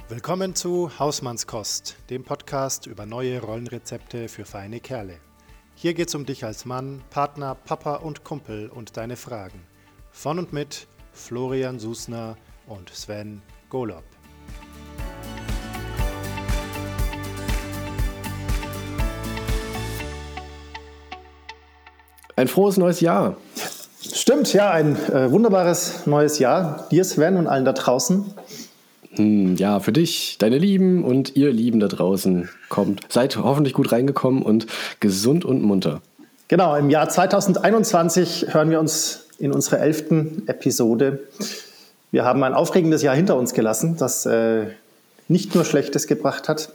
Willkommen zu Hausmannskost, dem Podcast über neue Rollenrezepte für feine Kerle. Hier geht's um dich als Mann, Partner, Papa und Kumpel und deine Fragen. Von und mit Florian Susner und Sven Golob. Ein frohes neues Jahr. Stimmt, ja, ein wunderbares neues Jahr. Dir, Sven, und allen da draußen. Ja, für dich, deine Lieben und ihr Lieben da draußen kommt. Seid hoffentlich gut reingekommen und gesund und munter. Genau, im Jahr 2021 hören wir uns in unserer 11. Episode. Wir haben ein aufregendes Jahr hinter uns gelassen, das nicht nur Schlechtes gebracht hat.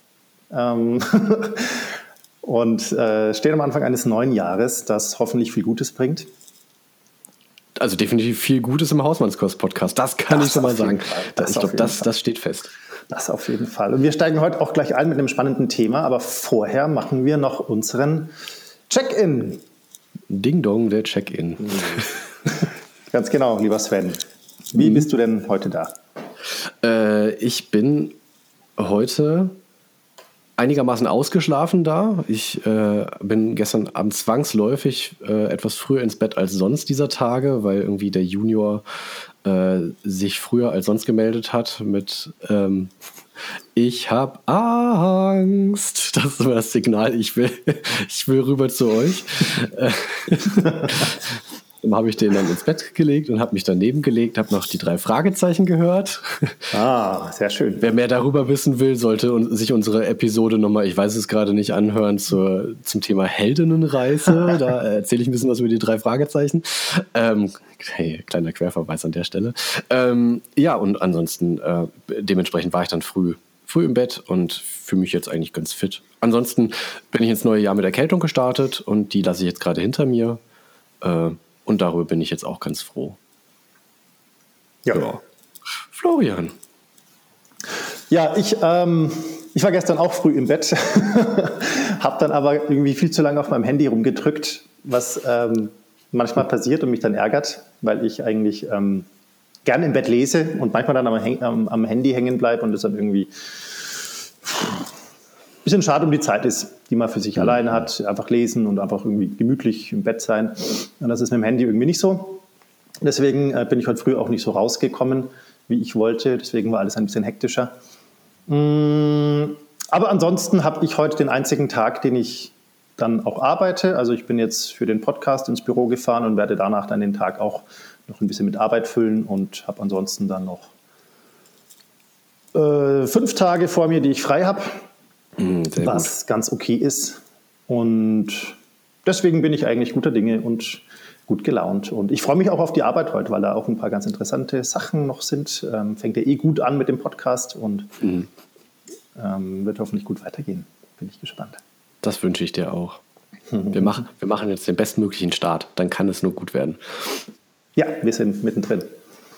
Und stehen am Anfang eines neuen Jahres, das hoffentlich viel Gutes bringt. Also definitiv viel Gutes im Hausmannskost-Podcast, das kann ich schon mal sagen. Ich glaube, das steht fest. Das auf jeden Fall. Und wir steigen heute auch gleich ein mit einem spannenden Thema, aber vorher machen wir noch unseren Check-in. Ding Dong, der Check-in. Ganz genau, lieber Sven. Wie bist du denn heute da? Ich bin heute einigermaßen ausgeschlafen da. Ich bin gestern Abend zwangsläufig etwas früher ins Bett als sonst dieser Tage, weil irgendwie der Junior sich früher als sonst gemeldet hat mit ich habe Angst. Das ist immer das Signal, ich will rüber zu euch. Dann habe ich den dann ins Bett gelegt und habe mich daneben gelegt, habe noch die 3 Fragezeichen gehört. Ah, sehr schön. Wer mehr darüber wissen will, sollte sich unsere Episode nochmal, ich weiß es gerade nicht, anhören zum Thema Heldinnenreise. Da erzähle ich ein bisschen was über die 3 Fragezeichen. Hey, kleiner Querverweis an der Stelle. Ja, und ansonsten, dementsprechend war ich dann früh im Bett und fühle mich jetzt eigentlich ganz fit. Ansonsten bin ich ins neue Jahr mit Erkältung gestartet und die lasse ich jetzt gerade hinter mir. Und darüber bin ich jetzt auch ganz froh. Ja. Florian. Ja, ich war gestern auch früh im Bett, habe dann aber irgendwie viel zu lange auf meinem Handy rumgedrückt, was manchmal passiert und mich dann ärgert, weil ich eigentlich gerne im Bett lese und manchmal dann am Handy hängen bleibe und das dann irgendwie ein bisschen schade um die Zeit ist, die man für sich alleine hat, einfach lesen und einfach irgendwie gemütlich im Bett sein. Und das ist mit dem Handy irgendwie nicht so. Deswegen bin ich heute früh auch nicht so rausgekommen, wie ich wollte. Deswegen war alles ein bisschen hektischer. Aber ansonsten habe ich heute den einzigen Tag, den ich dann auch arbeite. Also ich bin jetzt für den Podcast ins Büro gefahren und werde danach dann den Tag auch noch ein bisschen mit Arbeit füllen und habe ansonsten dann noch 5 Tage vor mir, die ich frei habe. Was ganz okay ist. Und deswegen bin ich eigentlich guter Dinge und gut gelaunt. Und ich freue mich auch auf die Arbeit heute, weil da auch ein paar ganz interessante Sachen noch sind. Fängt ja gut an mit dem Podcast und wird hoffentlich gut weitergehen. Bin ich gespannt. Das wünsche ich dir auch. Wir machen jetzt den bestmöglichen Start. Dann kann es nur gut werden. Ja, wir sind mittendrin.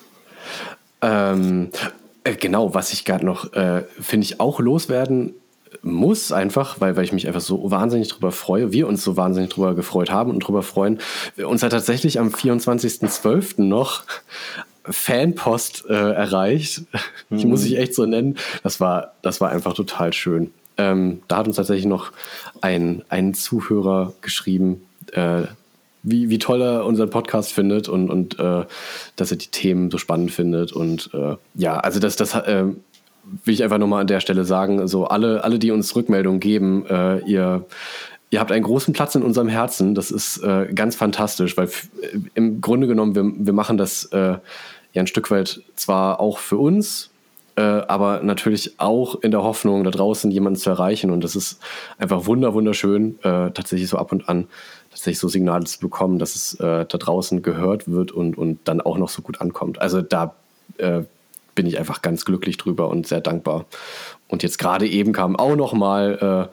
Genau, was ich gerade noch, finde ich, auch loswerden muss einfach, weil ich mich einfach so wahnsinnig drüber freue, wir uns so wahnsinnig drüber gefreut haben und drüber freuen. Uns hat tatsächlich am 24.12. noch Fanpost erreicht. Die muss ich echt so nennen. Das war einfach total schön. Da hat uns tatsächlich noch ein Zuhörer geschrieben, wie toll er unseren Podcast findet und dass er die Themen so spannend findet. Und ja, also das will ich einfach nochmal an der Stelle sagen, so alle, die uns Rückmeldungen geben, ihr habt einen großen Platz in unserem Herzen. Das ist ganz fantastisch, weil im Grunde genommen, wir machen das ja ein Stück weit zwar auch für uns, aber natürlich auch in der Hoffnung, da draußen jemanden zu erreichen. Und das ist einfach wunderschön, tatsächlich so ab und an tatsächlich so Signale zu bekommen, dass es da draußen gehört wird und dann auch noch so gut ankommt. Also da bin ich einfach ganz glücklich drüber und sehr dankbar. Und jetzt gerade eben kam auch noch mal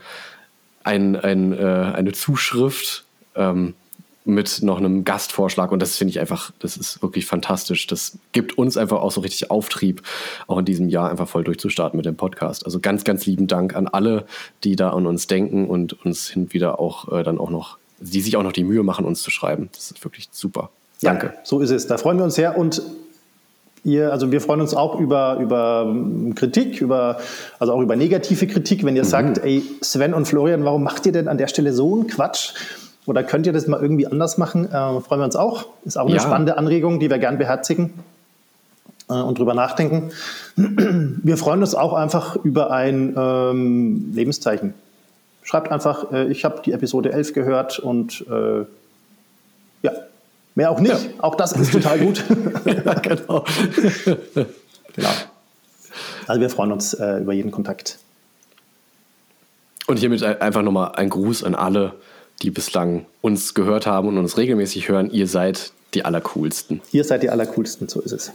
eine Zuschrift mit noch einem Gastvorschlag und das finde ich einfach, das ist wirklich fantastisch. Das gibt uns einfach auch so richtig Auftrieb, auch in diesem Jahr einfach voll durchzustarten mit dem Podcast. Also ganz, ganz lieben Dank an alle, die da an uns denken und uns hin und wieder auch dann auch noch, die sich auch noch die Mühe machen, uns zu schreiben. Das ist wirklich super. Danke. Ja, so ist es. Da freuen wir uns sehr und wir freuen uns auch über Kritik, also auch über negative Kritik. Wenn ihr sagt, ey, Sven und Florian, warum macht ihr denn an der Stelle so einen Quatsch? Oder könnt ihr das mal irgendwie anders machen? Freuen wir uns auch. Ist auch eine spannende Anregung, die wir gern beherzigen und drüber nachdenken. Wir freuen uns auch einfach über ein Lebenszeichen. Schreibt einfach, ich habe die Episode 11 gehört und mehr auch nicht. Ja. Auch das ist total gut. Ja, genau. Genau. Also wir freuen uns über jeden Kontakt. Und hiermit einfach nochmal ein Gruß an alle, die bislang uns gehört haben und uns regelmäßig hören. Ihr seid die Allercoolsten. Ihr seid die Allercoolsten, so ist es.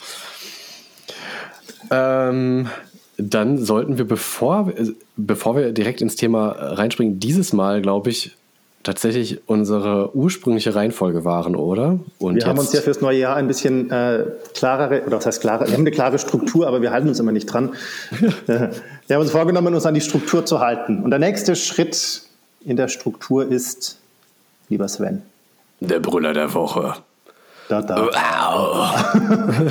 Dann sollten wir, bevor wir direkt ins Thema reinspringen, dieses Mal, glaube ich, tatsächlich unsere ursprüngliche Reihenfolge wahren, oder? Und wir haben uns ja fürs neue Jahr ein bisschen klarere, oder was heißt klarer, wir haben eine klare Struktur, aber wir halten uns immer nicht dran. Wir haben uns vorgenommen, uns an die Struktur zu halten. Und der nächste Schritt in der Struktur ist, lieber Sven, der Brüller der Woche. Wow.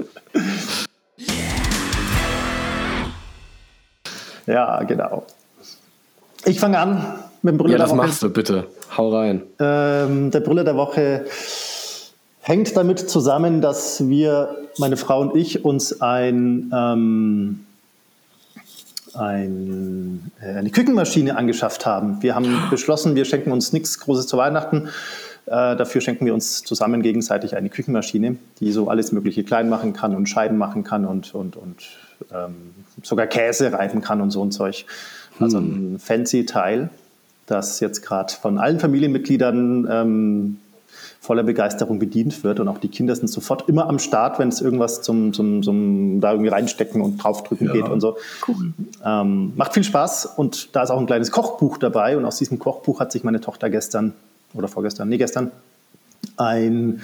Ja, genau. Ich fange an mit dem Brüller der Woche. Ja, das machst du, bitte. Hau rein. Der Brüller der Woche hängt damit zusammen, dass wir, meine Frau und ich, uns eine Küchenmaschine angeschafft haben. Wir haben beschlossen, wir schenken uns nichts Großes zu Weihnachten. Dafür schenken wir uns zusammen gegenseitig eine Küchenmaschine, die so alles Mögliche klein machen kann und Scheiben machen kann und sogar Käse reiben kann und so ein Zeug. Also ein fancy Teil, das jetzt gerade von allen Familienmitgliedern voller Begeisterung bedient wird. Und auch die Kinder sind sofort immer am Start, wenn es irgendwas zum da irgendwie reinstecken und draufdrücken geht und so. Cool. Macht viel Spaß und da ist auch ein kleines Kochbuch dabei. Und aus diesem Kochbuch hat sich meine Tochter gestern ein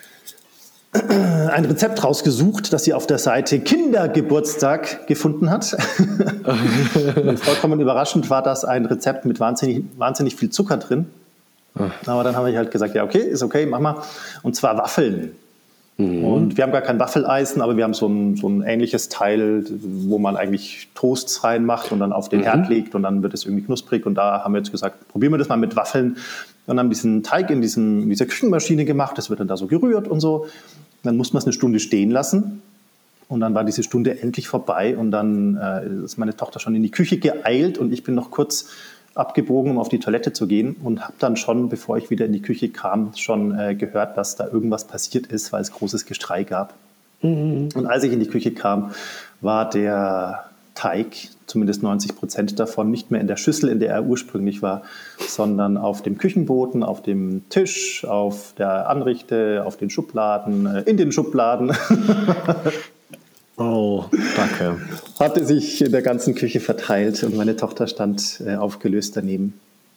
Rezept rausgesucht, das sie auf der Seite Kindergeburtstag gefunden hat. Vollkommen überraschend war das ein Rezept mit wahnsinnig viel Zucker drin. Aber dann habe ich halt gesagt, ja okay, ist okay, mach mal. Und zwar Waffeln. Und wir haben gar kein Waffeleisen, aber wir haben so ein ähnliches Teil, wo man eigentlich Toasts reinmacht und dann auf den Herd legt und dann wird es irgendwie knusprig. Und da haben wir jetzt gesagt, probieren wir das mal mit Waffeln. Und dann diesen Teig in dieser Küchenmaschine gemacht, das wird dann da so gerührt und so. Dann muss man es eine Stunde stehen lassen. Und dann war diese Stunde endlich vorbei und dann ist meine Tochter schon in die Küche geeilt und ich bin noch kurz abgebogen, um auf die Toilette zu gehen und habe dann schon, bevor ich wieder in die Küche kam, schon gehört, dass da irgendwas passiert ist, weil es großes Gestrei gab. Und als ich in die Küche kam, war der Teig, zumindest 90% davon, nicht mehr in der Schüssel, in der er ursprünglich war, sondern auf dem Küchenboden, auf dem Tisch, auf der Anrichte, auf den Schubladen, in den Schubladen. Oh, danke. Hatte sich in der ganzen Küche verteilt und meine Tochter stand aufgelöst daneben.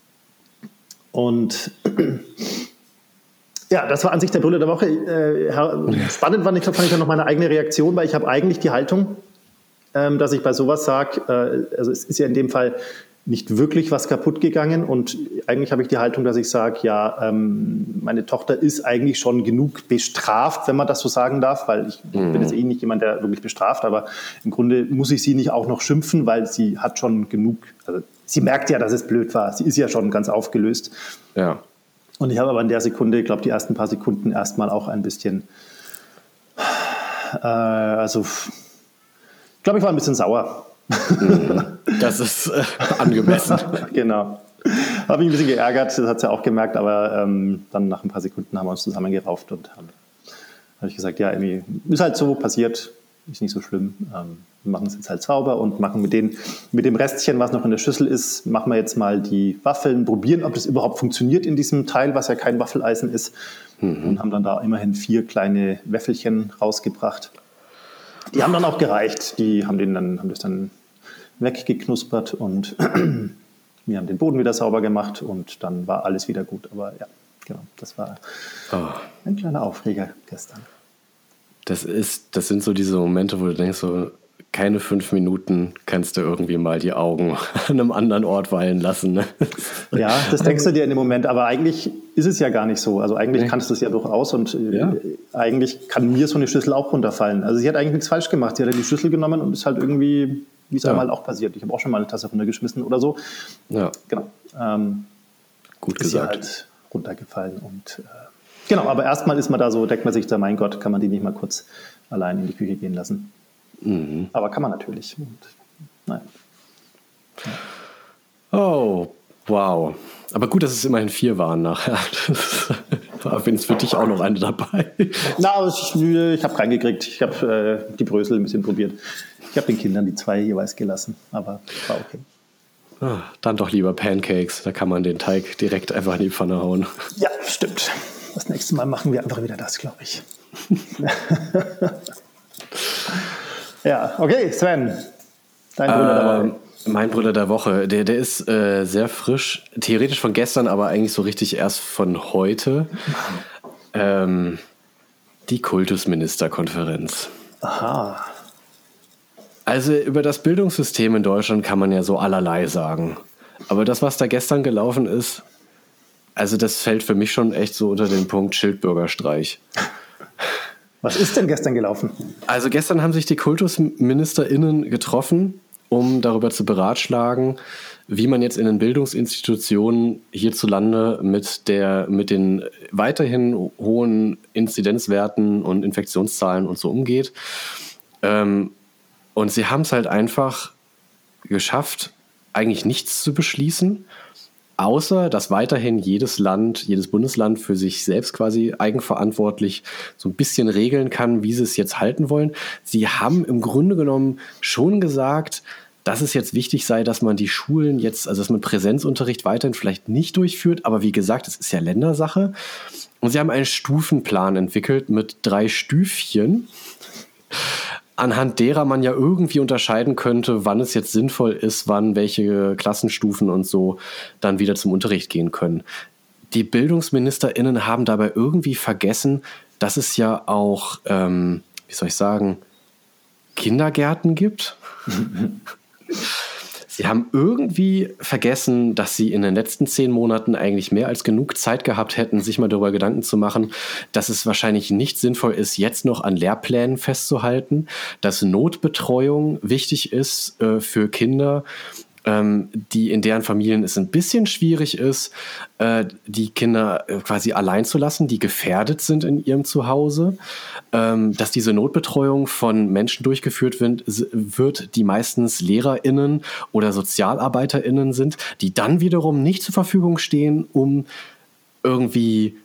Und ja, das war an sich der Brüller der Woche. Spannend fand ich noch meine eigene Reaktion, weil ich habe eigentlich die Haltung, dass ich bei sowas sage, also es ist ja in dem Fall nicht wirklich was kaputt gegangen und eigentlich habe ich die Haltung, dass ich sage, ja, meine Tochter ist eigentlich schon genug bestraft, wenn man das so sagen darf, weil ich bin jetzt nicht jemand, der wirklich bestraft, aber im Grunde muss ich sie nicht auch noch schimpfen, weil sie hat schon genug, also sie merkt ja, dass es blöd war, sie ist ja schon ganz aufgelöst. Ja. Und ich habe aber in der Sekunde, ich glaube, die ersten paar Sekunden erstmal auch ein bisschen, ich glaube, ich war ein bisschen sauer. Das ist angemessen. Genau. Habe mich ein bisschen geärgert, das hat sie auch gemerkt, aber dann nach ein paar Sekunden haben wir uns zusammengerauft und habe ich gesagt, ja, irgendwie ist halt so passiert, ist nicht so schlimm. Wir machen es jetzt halt sauber und machen mit dem Restchen, was noch in der Schüssel ist, machen wir jetzt mal die Waffeln, probieren, ob das überhaupt funktioniert in diesem Teil, was ja kein Waffeleisen ist. Und haben dann da immerhin 4 kleine Wäffelchen rausgebracht. Die haben dann auch gereicht. Die haben das dann weggeknuspert und wir haben den Boden wieder sauber gemacht und dann war alles wieder gut. Aber ja, genau, das war ein kleiner Aufreger gestern. Das sind so diese Momente, wo du denkst so, keine 5 Minuten kannst du irgendwie mal die Augen an einem anderen Ort weilen lassen. Ne? Ja, das denkst du dir in dem Moment, aber eigentlich ist es ja gar nicht so. Also eigentlich kannst du es ja durchaus und eigentlich kann mir so eine Schüssel auch runterfallen. Also sie hat eigentlich nichts falsch gemacht. Sie hat die Schüssel genommen und ist halt irgendwie, wie es einmal auch passiert. Ich habe auch schon mal eine Tasse runtergeschmissen oder so. Ja. Genau. Gut ist gesagt. Halt runtergefallen und genau, aber erstmal ist man da so, denkt man sich da, mein Gott, kann man die nicht mal kurz allein in die Küche gehen lassen. Mhm. Aber kann man natürlich. Und, nein. Oh, wow. Aber gut, dass es immerhin 4 waren nachher. War wenigstens für dich auch noch eine dabei. Na, ich habe reingekriegt. Ich habe die Brösel ein bisschen probiert. Ich habe den Kindern die 2 jeweils gelassen, aber war okay. Dann doch lieber Pancakes. Da kann man den Teig direkt einfach in die Pfanne hauen. Ja, stimmt. Das nächste Mal machen wir einfach wieder das, glaube ich. Ja, okay, Sven. Dein Bruder der Woche. Mein Bruder der Woche, der ist sehr frisch. Theoretisch von gestern, aber eigentlich so richtig erst von heute. Die Kultusministerkonferenz. Aha. Also über das Bildungssystem in Deutschland kann man ja so allerlei sagen. Aber das, was da gestern gelaufen ist, also das fällt für mich schon echt so unter den Punkt Schildbürgerstreich. Was ist denn gestern gelaufen? Also gestern haben sich die KultusministerInnen getroffen, um darüber zu beratschlagen, wie man jetzt in den Bildungsinstitutionen hierzulande mit den weiterhin hohen Inzidenzwerten und Infektionszahlen und so umgeht. Und sie haben es halt einfach geschafft, eigentlich nichts zu beschließen, außer dass weiterhin jedes Bundesland für sich selbst quasi eigenverantwortlich so ein bisschen regeln kann, wie sie es jetzt halten wollen. Sie haben im Grunde genommen schon gesagt, dass es jetzt wichtig sei, dass man die Schulen jetzt, also dass man Präsenzunterricht weiterhin vielleicht nicht durchführt, aber wie gesagt, es ist ja Ländersache. Und sie haben einen Stufenplan entwickelt mit 3 Stüfchen, anhand derer man ja irgendwie unterscheiden könnte, wann es jetzt sinnvoll ist, wann welche Klassenstufen und so dann wieder zum Unterricht gehen können. Die BildungsministerInnen haben dabei irgendwie vergessen, dass es ja auch, Kindergärten gibt. Sie haben irgendwie vergessen, dass sie in den letzten 10 Monaten eigentlich mehr als genug Zeit gehabt hätten, sich mal darüber Gedanken zu machen, dass es wahrscheinlich nicht sinnvoll ist, jetzt noch an Lehrplänen festzuhalten, dass Notbetreuung wichtig ist für Kinder, die in deren Familien es ein bisschen schwierig ist, die Kinder quasi allein zu lassen, die gefährdet sind in ihrem Zuhause, dass diese Notbetreuung von Menschen durchgeführt wird, die meistens LehrerInnen oder SozialarbeiterInnen sind, die dann wiederum nicht zur Verfügung stehen, um irgendwie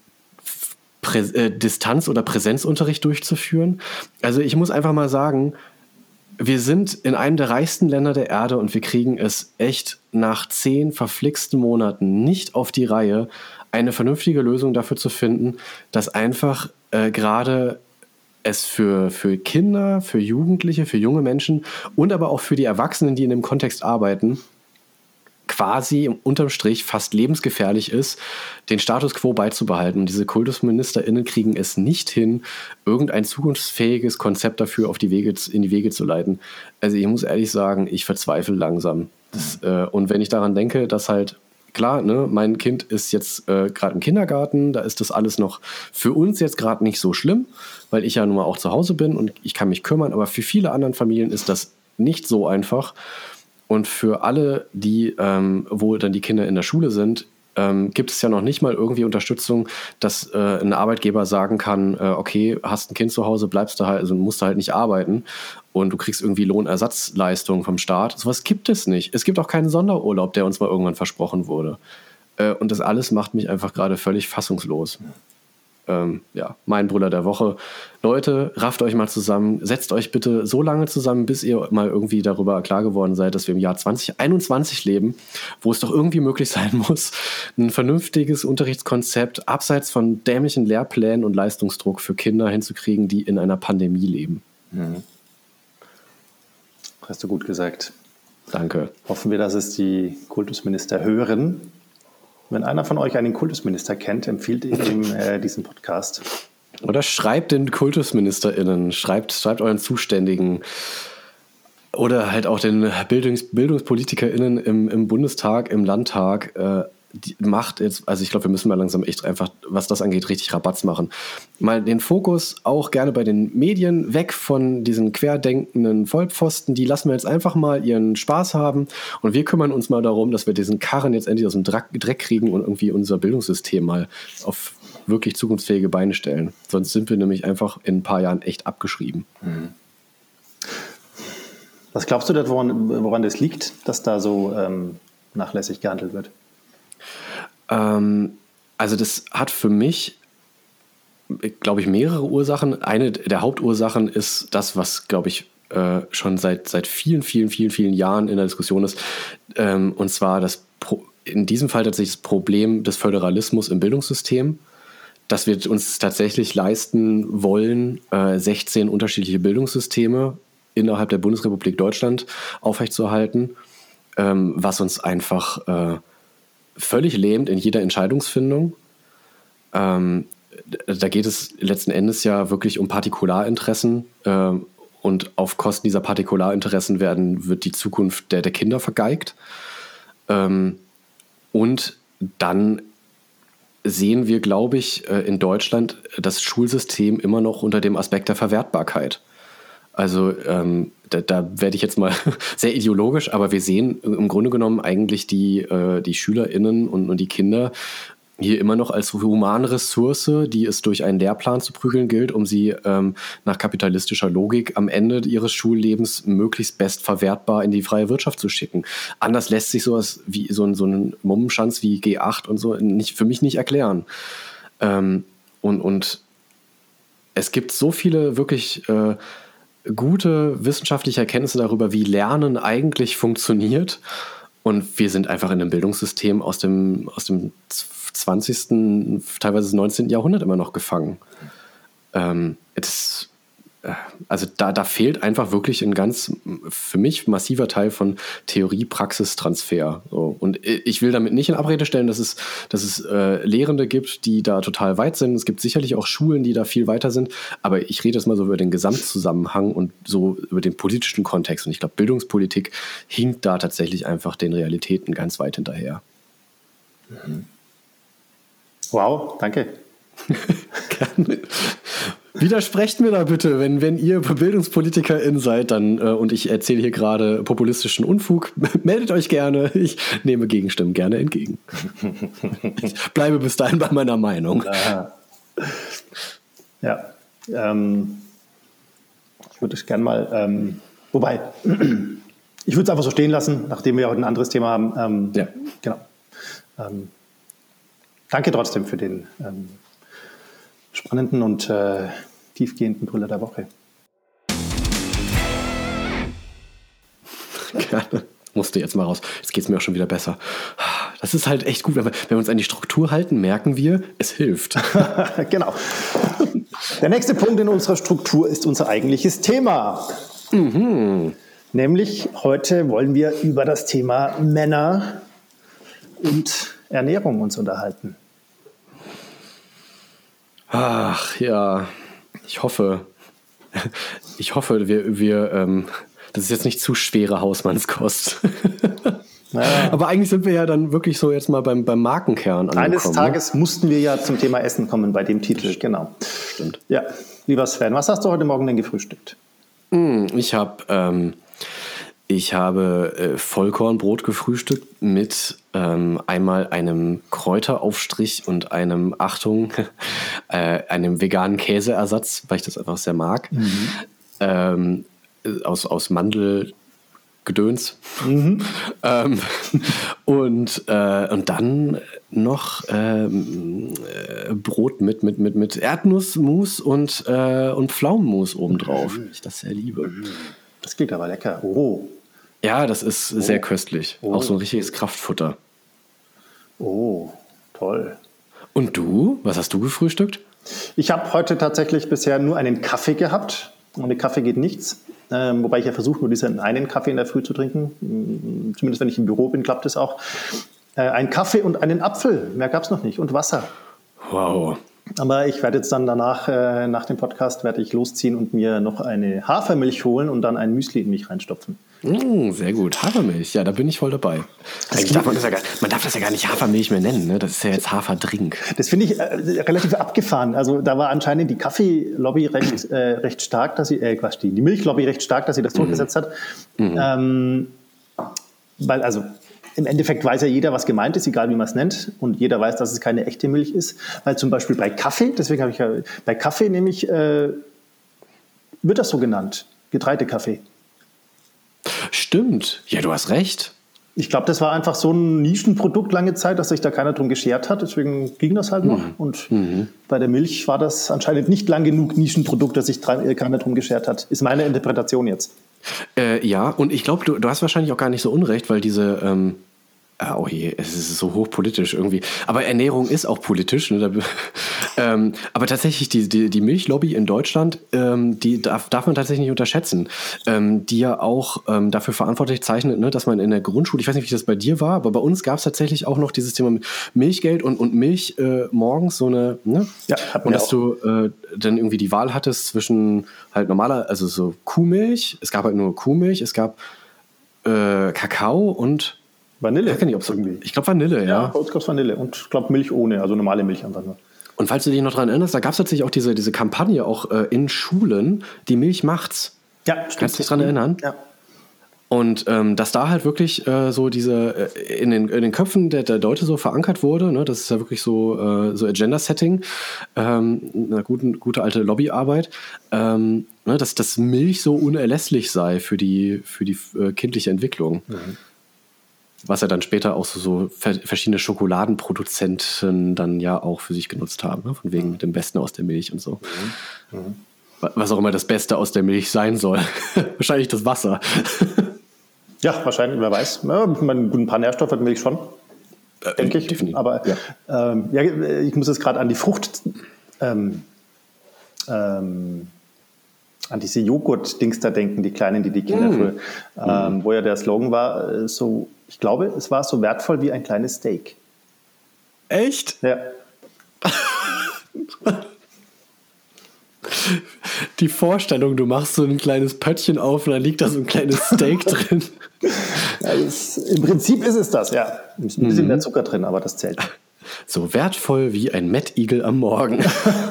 Distanz- oder Präsenzunterricht durchzuführen. Also ich muss einfach mal sagen, wir sind in einem der reichsten Länder der Erde und wir kriegen es echt nach 10 verflixten Monaten nicht auf die Reihe, eine vernünftige Lösung dafür zu finden, dass einfach gerade es für Kinder, für Jugendliche, für junge Menschen und aber auch für die Erwachsenen, die in dem Kontext arbeiten, quasi unterm Strich fast lebensgefährlich ist, den Status quo beizubehalten. Und diese KultusministerInnen kriegen es nicht hin, irgendein zukunftsfähiges Konzept dafür in die Wege zu leiten. Also ich muss ehrlich sagen, ich verzweifle langsam. Und wenn ich daran denke, dass halt, klar, ne, mein Kind ist jetzt gerade im Kindergarten, da ist das alles noch für uns jetzt gerade nicht so schlimm, weil ich ja nun mal auch zu Hause bin und ich kann mich kümmern, aber für viele andere Familien ist das nicht so einfach. Und für alle, die, wo dann die Kinder in der Schule sind, gibt es ja noch nicht mal irgendwie Unterstützung, dass ein Arbeitgeber sagen kann, okay, hast ein Kind zu Hause, bleibst du halt, also musst du halt nicht arbeiten und du kriegst irgendwie Lohnersatzleistungen vom Staat. Sowas gibt es nicht. Es gibt auch keinen Sonderurlaub, der uns mal irgendwann versprochen wurde. Und das alles macht mich einfach gerade völlig fassungslos. Mein Bruder der Woche. Leute, rafft euch mal zusammen, setzt euch bitte so lange zusammen, bis ihr mal irgendwie darüber klar geworden seid, dass wir im Jahr 2021 leben, wo es doch irgendwie möglich sein muss, ein vernünftiges Unterrichtskonzept abseits von dämlichen Lehrplänen und Leistungsdruck für Kinder hinzukriegen, die in einer Pandemie leben. Mhm. Hast du gut gesagt. Danke. Hoffen wir, dass es die Kultusminister hören. Wenn einer von euch einen Kultusminister kennt, empfiehlt ihm diesen Podcast. Oder schreibt den KultusministerInnen, schreibt euren Zuständigen. oder halt auch den BildungspolitikerInnen im Bundestag, im Landtag, die macht jetzt, also ich glaube, wir müssen mal langsam echt einfach, was das angeht, richtig Rabatz machen. Mal den Fokus auch gerne bei den Medien weg von diesen querdenkenden Vollpfosten, die lassen wir jetzt einfach mal ihren Spaß haben und wir kümmern uns mal darum, dass wir diesen Karren jetzt endlich aus dem Dreck kriegen und irgendwie unser Bildungssystem mal auf wirklich zukunftsfähige Beine stellen. Sonst sind wir nämlich einfach in ein paar Jahren echt abgeschrieben. Was glaubst du denn, woran das liegt, dass da so nachlässig gehandelt wird? Also das hat für mich, glaube ich, mehrere Ursachen. Eine der Hauptursachen ist das, was, glaube ich, schon seit vielen Jahren in der Diskussion ist. Und zwar in diesem Fall tatsächlich das Problem des Föderalismus im Bildungssystem, dass wir uns tatsächlich leisten wollen, 16 unterschiedliche Bildungssysteme innerhalb der Bundesrepublik Deutschland aufrechtzuerhalten, was uns einfach völlig lähmt in jeder Entscheidungsfindung. Da geht es letzten Endes ja wirklich um Partikularinteressen und auf Kosten dieser Partikularinteressen wird die Zukunft der Kinder vergeigt. Und dann sehen wir, glaube ich, in Deutschland das Schulsystem immer noch unter dem Aspekt der Verwertbarkeit. Also da werde ich jetzt mal sehr ideologisch, aber wir sehen im Grunde genommen eigentlich die SchülerInnen und die Kinder hier immer noch als humane Ressource, die es durch einen Lehrplan zu prügeln gilt, um sie nach kapitalistischer Logik am Ende ihres Schullebens möglichst best verwertbar in die freie Wirtschaft zu schicken. Anders lässt sich sowas wie so ein Mummenschanz wie G8 und so für mich nicht erklären. Und es gibt so viele wirklich gute wissenschaftliche Erkenntnisse darüber, wie Lernen eigentlich funktioniert. Und wir sind einfach in einem Bildungssystem aus dem 20., teilweise des 19. Jahrhundert immer noch gefangen. Also da fehlt einfach wirklich ein ganz, für mich, massiver Teil von Theorie-Praxistransfer. So. Und ich will damit nicht in Abrede stellen, dass es Lehrende gibt, die da total weit sind. Es gibt sicherlich auch Schulen, die da viel weiter sind. Aber ich rede jetzt mal so über den Gesamtzusammenhang und so über den politischen Kontext. Und ich glaube, Bildungspolitik hinkt da tatsächlich einfach den Realitäten ganz weit hinterher. Wow, danke. Gerne. Widersprecht mir da bitte, wenn ihr BildungspolitikerInnen seid, dann und ich erzähle hier gerade populistischen Unfug, meldet euch gerne. Ich nehme Gegenstimmen gerne entgegen. Ich bleibe bis dahin bei meiner Meinung. Ja, ich würde es gerne mal, wobei, ich würde es einfach so stehen lassen, nachdem wir heute ein anderes Thema haben. Ja. Genau. Danke trotzdem für den spannenden und tiefgehenden Brüller der Woche. Gerne. Musste jetzt mal raus. Jetzt geht es mir auch schon wieder besser. Das ist halt echt gut. Wenn wir uns an die Struktur halten, merken wir, es hilft. Genau. Der nächste Punkt in unserer Struktur ist unser eigentliches Thema. Nämlich heute wollen wir über das Thema Männer und Ernährung uns unterhalten. Ach ja, ich hoffe, wir das ist jetzt nicht zu schwere Hausmannskost. Naja. Aber eigentlich sind wir ja dann wirklich so jetzt mal beim Markenkern angekommen. Eines Tages mussten wir ja zum Thema Essen kommen bei dem Titel, genau. Stimmt. Ja, lieber Sven, was hast du heute Morgen denn gefrühstückt? Ich habe Vollkornbrot gefrühstückt mit einmal einem Kräuteraufstrich und einem, Achtung, einem veganen Käseersatz, weil ich das einfach sehr mag. Aus Mandelgedöns. Und dann noch Brot mit Erdnussmus und Pflaumenmus obendrauf. Ich das sehr liebe. Das klingt aber lecker. Oh. Ja, das ist sehr köstlich. Auch so ein richtiges Kraftfutter. Oh, toll. Und du? Was hast du gefrühstückt? Ich habe heute tatsächlich bisher nur einen Kaffee gehabt. Ohne Kaffee geht nichts. Wobei ich ja versuche, nur diesen einen Kaffee in der Früh zu trinken. Zumindest wenn ich im Büro bin, klappt das auch. Ein Kaffee und einen Apfel. Mehr gab es noch nicht. Und Wasser. Wow. Aber ich werde jetzt dann danach, nach dem Podcast, werde ich losziehen und mir noch eine Hafermilch holen und dann ein Müsli in mich reinstopfen. Sehr gut. Hafermilch, ja, da bin ich voll dabei. Eigentlich darf man darf das ja gar nicht Hafermilch mehr nennen, ne? Das ist ja jetzt Haferdrink. Das finde ich relativ abgefahren. Also da war anscheinend die Kaffeelobby recht stark, dass sie, die Milchlobby recht stark, dass sie das durchgesetzt hat. Weil also im Endeffekt weiß ja jeder, was gemeint ist, egal wie man es nennt. Und jeder weiß, dass es keine echte Milch ist. Weil zum Beispiel bei Kaffee, deswegen habe ich ja, bei Kaffee nämlich, wird das so genannt, Getreidekaffee. Stimmt. Ja, du hast recht. Ich glaube, das war einfach so ein Nischenprodukt lange Zeit, dass sich da keiner drum geschert hat. Deswegen ging das halt noch. Und bei der Milch war das anscheinend nicht lang genug Nischenprodukt, dass sich keiner drum geschert hat. Ist meine Interpretation jetzt. Ja, und ich glaube, du hast wahrscheinlich auch gar nicht so unrecht, weil diese... oh je, es ist so hochpolitisch irgendwie. Aber Ernährung ist auch politisch. Ne? Aber tatsächlich, die Milchlobby in Deutschland, die darf man tatsächlich nicht unterschätzen. Die ja auch dafür verantwortlich zeichnet, ne, dass man in der Grundschule, ich weiß nicht, wie das bei dir war, aber bei uns gab es tatsächlich auch noch dieses Thema mit Milchgeld und Milch morgens, so eine, ne? Ja, und dass du dann irgendwie die Wahl hattest zwischen halt normaler, also so Kuhmilch, es gab halt nur Kuhmilch, es gab Kakao und Vanille. Ich glaube Vanille, ja. Ja, bei uns gab es Vanille und ich glaube Milch ohne, also normale Milch einfach nur. Und falls du dich noch daran erinnerst, da gab es tatsächlich auch diese Kampagne auch in Schulen, die Milch macht's. Ja, stimmt. Kannst du dich daran erinnern? Ja. Und dass da halt wirklich so diese in den Köpfen der Leute so verankert wurde, ne, das ist ja wirklich so Agenda-Setting, eine gute alte Lobbyarbeit, ne, dass das Milch so unerlässlich sei für die kindliche Entwicklung. Mhm. Was ja dann später auch so verschiedene Schokoladenproduzenten dann ja auch für sich genutzt haben, ne? Von wegen dem Besten aus der Milch und so. Mhm. Was auch immer das Beste aus der Milch sein soll. Wahrscheinlich das Wasser. Ja, wahrscheinlich, wer weiß. Ja, ein paar Nährstoffe hat Milch schon, denke ich. Definitiv. Aber ja. Ich muss jetzt gerade an die Frucht, an diese Joghurt-Dings da denken, die kleinen, die Kinder früher, wo ja der Slogan war, so, ich glaube, es war so wertvoll wie ein kleines Steak. Echt? Ja. Die Vorstellung, du machst so ein kleines Pöttchen auf und da liegt da so ein kleines Steak drin. Ja, im Prinzip ist es das, ja. Ein bisschen mehr Zucker drin, aber das zählt. So wertvoll wie ein Mettigel am Morgen.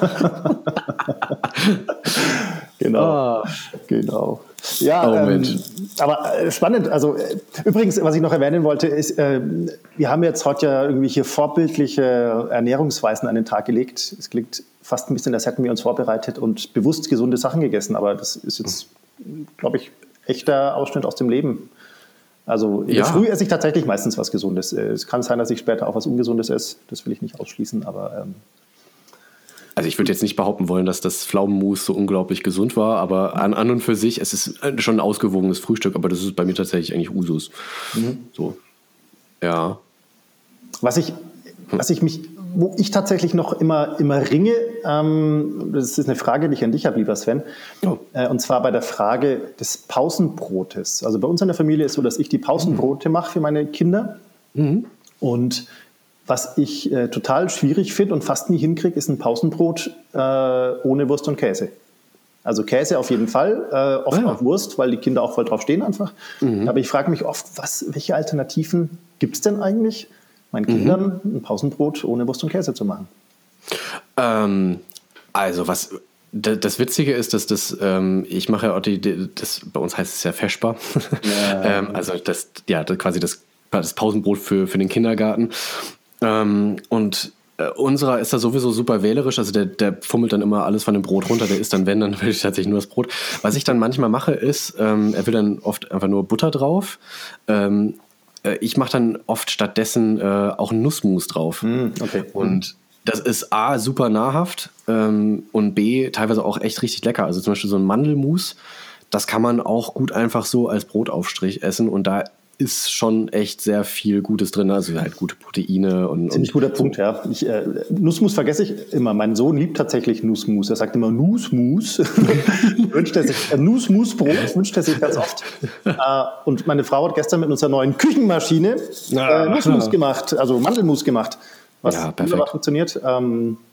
Genau. Genau. Ja, aber spannend. Also übrigens, was ich noch erwähnen wollte, ist, wir haben jetzt heute ja irgendwie hier vorbildliche Ernährungsweisen an den Tag gelegt. Es klingt fast ein bisschen, als hätten wir uns vorbereitet und bewusst gesunde Sachen gegessen. Aber das ist jetzt, glaube ich, echter Ausschnitt aus dem Leben. Also in der Früh esse ich tatsächlich meistens was Gesundes. Es kann sein, dass ich später auch was Ungesundes esse. Das will ich nicht ausschließen, aber... Also ich würde jetzt nicht behaupten wollen, dass das Pflaumenmus so unglaublich gesund war, aber an und für sich, es ist schon ein ausgewogenes Frühstück, aber das ist bei mir tatsächlich eigentlich Usus. So, ja. Wo ich tatsächlich noch immer ringe, das ist eine Frage, die ich an dich habe, lieber Sven, und zwar bei der Frage des Pausenbrotes. Also bei uns in der Familie ist so, dass ich die Pausenbrote mache für meine Kinder und was ich total schwierig finde und fast nie hinkriege, ist ein Pausenbrot ohne Wurst und Käse. Also Käse auf jeden Fall, oft auch Wurst, weil die Kinder auch voll drauf stehen einfach. Aber ich frage mich oft, welche Alternativen gibt es denn eigentlich, meinen Kindern ein Pausenbrot ohne Wurst und Käse zu machen? Also das Witzige ist, dass ich mache ja auch das bei uns heißt es ja Feschbar. Ja. Also quasi das Pausenbrot für den Kindergarten. Und unserer ist da sowieso super wählerisch, also der fummelt dann immer alles von dem Brot runter, der isst dann, wenn, dann will ich tatsächlich nur das Brot. Was ich dann manchmal mache, ist, er will dann oft einfach nur Butter drauf. Ich mache dann oft stattdessen auch einen Nussmus drauf. Okay. Und das ist A, super nahrhaft und B, teilweise auch echt richtig lecker. Also zum Beispiel so ein Mandelmus, das kann man auch gut einfach so als Brotaufstrich essen und da ist schon echt sehr viel Gutes drin, also halt gute Proteine und ziemlich guter Punkt, ja. Nussmus vergesse ich immer. Mein Sohn liebt tatsächlich Nussmus. Er sagt immer Nussmus. Wünscht er sich Nussmusbrot, wünscht er sich ganz oft. Und meine Frau hat gestern mit unserer neuen Küchenmaschine Nussmus gemacht, also Mandelmus gemacht, was wunderbar funktioniert.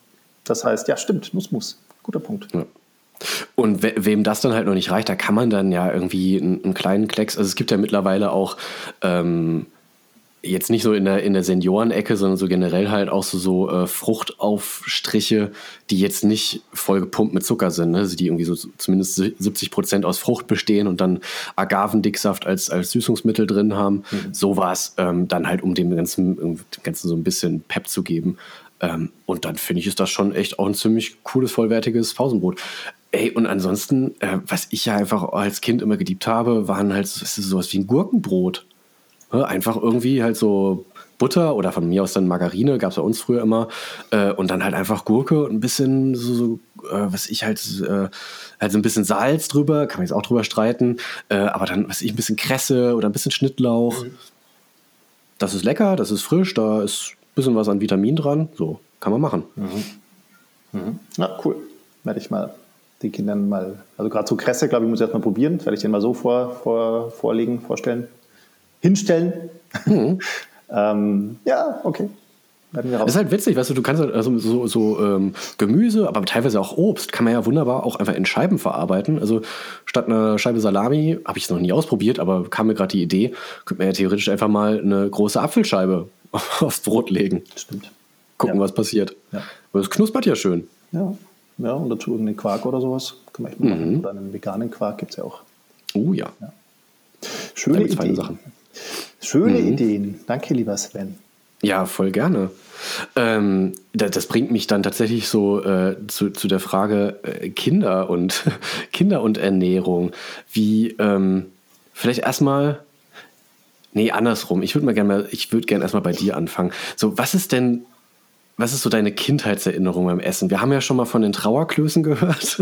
Das heißt, ja, stimmt, Nuss. Guter Punkt. Ja. Und wem das dann halt noch nicht reicht, da kann man dann ja irgendwie einen kleinen Klecks, also es gibt ja mittlerweile auch jetzt nicht so in der Seniorenecke, sondern so generell halt auch so Fruchtaufstriche, die jetzt nicht voll gepumpt mit Zucker sind, ne? Also die irgendwie so zumindest 70% aus Frucht bestehen und dann Agavendicksaft als Süßungsmittel drin haben. Sowas dann halt, um dem Ganzen so ein bisschen Pep zu geben. Und dann finde ich, ist das schon echt auch ein ziemlich cooles, vollwertiges Pausenbrot. Ey, und ansonsten, was ich ja einfach als Kind immer geliebt habe, waren halt sowas wie ein Gurkenbrot. Einfach irgendwie halt so Butter oder von mir aus dann Margarine, gab es bei uns früher immer. Und dann halt einfach Gurke und ein bisschen halt so ein bisschen Salz drüber, kann man jetzt auch drüber streiten. Aber dann, ein bisschen Kresse oder ein bisschen Schnittlauch. Das ist lecker, das ist frisch, da ist ein bisschen was an Vitamin dran. So, kann man machen. Na, cool. Werde ich mal den Kindern also gerade so Kresse, glaube ich, muss ich erst mal probieren. Werde ich denen mal so hinstellen. Ja, okay. Das ist halt witzig, weißt du kannst halt so Gemüse, aber teilweise auch Obst, kann man ja wunderbar auch einfach in Scheiben verarbeiten. Also statt einer Scheibe Salami, habe ich es noch nie ausprobiert, aber kam mir gerade die Idee, könnte man ja theoretisch einfach mal eine große Apfelscheibe aufs Brot legen. Stimmt. Gucken, was passiert. Ja. Aber es knuspert ja schön. Ja, und dazu irgendeinen Quark oder sowas. Kann man echt mal machen. Oder einen veganen Quark gibt es ja auch. Oh ja. Schöne Ideen. Sachen. Schöne Ideen. Danke, lieber Sven. Ja, voll gerne. Das bringt mich dann tatsächlich so zu der Frage Kinder und Ernährung. Wie vielleicht erstmal, andersrum. Ich würde gerne erstmal bei dir anfangen. So, was ist so deine Kindheitserinnerung beim Essen? Wir haben ja schon mal von den Trauerklößen gehört.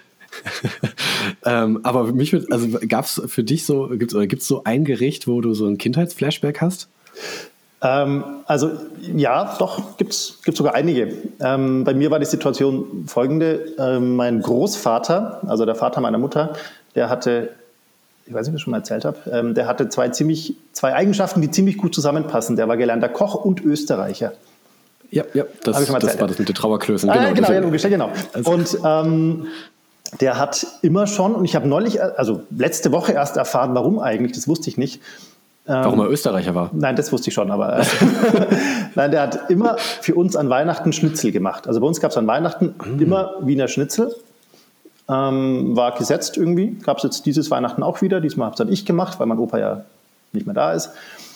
Aber gab es für dich gibt's so ein Gericht, wo du so ein Kindheitsflashback hast? Also ja, doch, gibt's sogar einige. Bei mir war die Situation folgende. Mein Großvater, also der Vater meiner Mutter, der hatte, ich weiß nicht, ob ich schon mal erzählt habe, der hatte zwei Eigenschaften, die ziemlich gut zusammenpassen. Der war gelernter Koch und Österreicher. Ja, das war das mit den Trauerklößen. Genau. Also. Und der hat immer schon, und ich habe neulich, also letzte Woche erst erfahren, warum eigentlich, das wusste ich nicht. Warum er Österreicher war? Nein, das wusste ich schon, aber nein, der hat immer für uns an Weihnachten Schnitzel gemacht. Also bei uns gab es an Weihnachten immer Wiener Schnitzel. War gesetzt irgendwie. Gab es jetzt dieses Weihnachten auch wieder. Diesmal habe es dann ich gemacht, weil mein Opa ja nicht mehr da ist.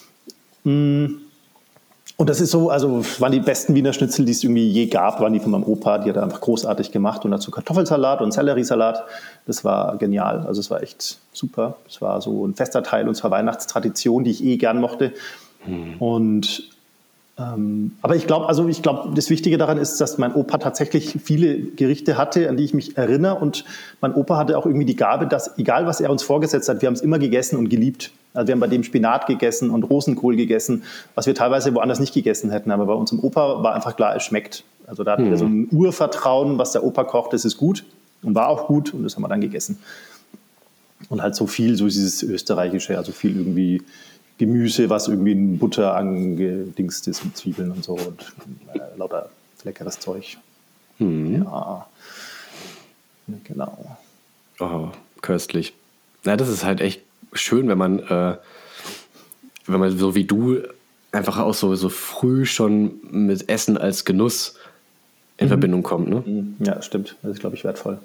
Und das ist so, also waren die besten Wiener Schnitzel, die es irgendwie je gab, waren die von meinem Opa. Die hat er einfach großartig gemacht. Und dazu Kartoffelsalat und Selleriesalat. Das war genial. Also es war echt super. Es war so ein fester Teil unserer Weihnachtstradition, die ich gern mochte. Und aber ich glaube, das Wichtige daran ist, dass mein Opa tatsächlich viele Gerichte hatte, an die ich mich erinnere. Und mein Opa hatte auch irgendwie die Gabe, dass, egal was er uns vorgesetzt hat, wir haben es immer gegessen und geliebt. Also wir haben bei dem Spinat gegessen und Rosenkohl gegessen, was wir teilweise woanders nicht gegessen hätten. Aber bei unserem Opa war einfach klar, es schmeckt. Also da hatten wir so ein Urvertrauen, was der Opa kocht, das ist gut und war auch gut. Und das haben wir dann gegessen. Und halt so dieses Österreichische, also viel irgendwie Gemüse, was irgendwie in Butter angedingst ist mit Zwiebeln und so und lauter leckeres Zeug. Ja, genau. Oh, köstlich. Na, das ist halt echt schön, wenn man so wie du einfach auch so früh schon mit Essen als Genuss in Verbindung kommt. Ne? Ja, stimmt. Das ist, glaube ich, wertvoll.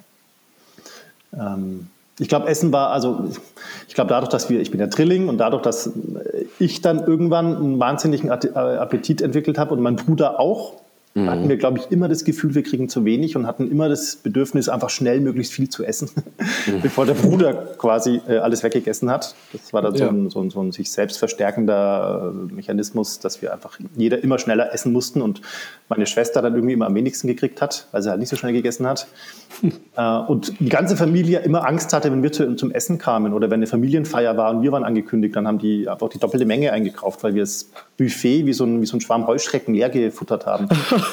Ja. Ich glaube, Essen war, dadurch, dass ich bin ja Drilling und dadurch, dass ich dann irgendwann einen wahnsinnigen Appetit entwickelt habe und mein Bruder auch, hatten wir, glaube ich, immer das Gefühl, wir kriegen zu wenig und hatten immer das Bedürfnis, einfach schnell möglichst viel zu essen, bevor der Bruder quasi alles weggegessen hat. Das war dann so ein sich selbst verstärkender Mechanismus, dass wir einfach jeder immer schneller essen mussten und meine Schwester dann irgendwie immer am wenigsten gekriegt hat, weil sie halt nicht so schnell gegessen hat. Und die ganze Familie immer Angst hatte, wenn wir zum Essen kamen oder wenn eine Familienfeier war und wir waren angekündigt, dann haben die einfach die doppelte Menge eingekauft, weil wir das Buffet wie so ein Schwarm Heuschrecken leer gefuttert haben.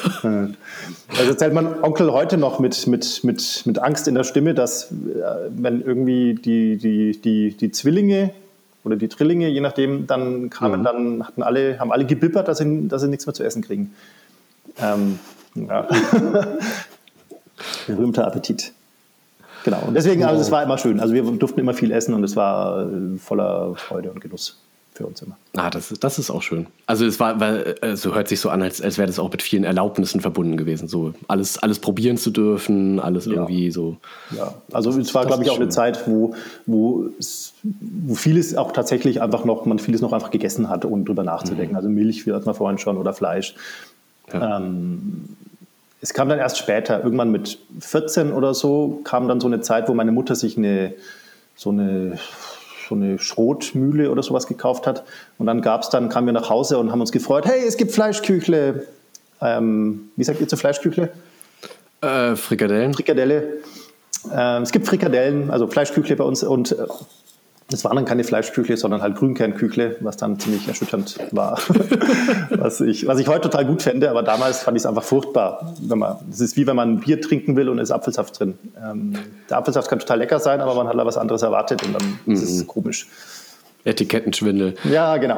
Also erzählt mein Onkel heute noch mit Angst in der Stimme, dass wenn irgendwie die Zwillinge oder die Drillinge, je nachdem, dann kamen, dann haben alle gebibbert, dass sie nichts mehr zu essen kriegen. Ja. Berühmter Appetit. Genau. Und deswegen, also es war immer schön. Also wir durften immer viel essen und es war voller Freude und Genuss für uns immer. Das ist auch schön. Also es war, weil so hört sich so an, als wäre das auch mit vielen Erlaubnissen verbunden gewesen. So alles probieren zu dürfen, alles irgendwie so. Ja, also es war, glaube ich, auch eine Zeit, wo vieles auch tatsächlich einfach man vieles noch einfach gegessen hat, ohne drüber nachzudenken. Also Milch, wie hatten wir vorhin schon, oder Fleisch. Ja. Es kam dann erst später, irgendwann mit 14 oder so, kam dann so eine Zeit, wo meine Mutter sich so eine Schrotmühle oder sowas gekauft hat. Und dann kamen wir nach Hause und haben uns gefreut, hey, es gibt Fleischküchle. Wie sagt ihr zu Fleischküchle? Frikadellen. Frikadelle. Es gibt Frikadellen, also Fleischküchle bei uns. Und es waren dann keine Fleischküchle, sondern halt Grünkernküchle, was dann ziemlich erschütternd war. was ich heute total gut fände, aber damals fand ich es einfach furchtbar. Es ist wie wenn man ein Bier trinken will und es ist Apfelsaft drin. Der Apfelsaft kann total lecker sein, aber man hat da was anderes erwartet und dann ist es komisch. Etikettenschwindel. Ja, genau.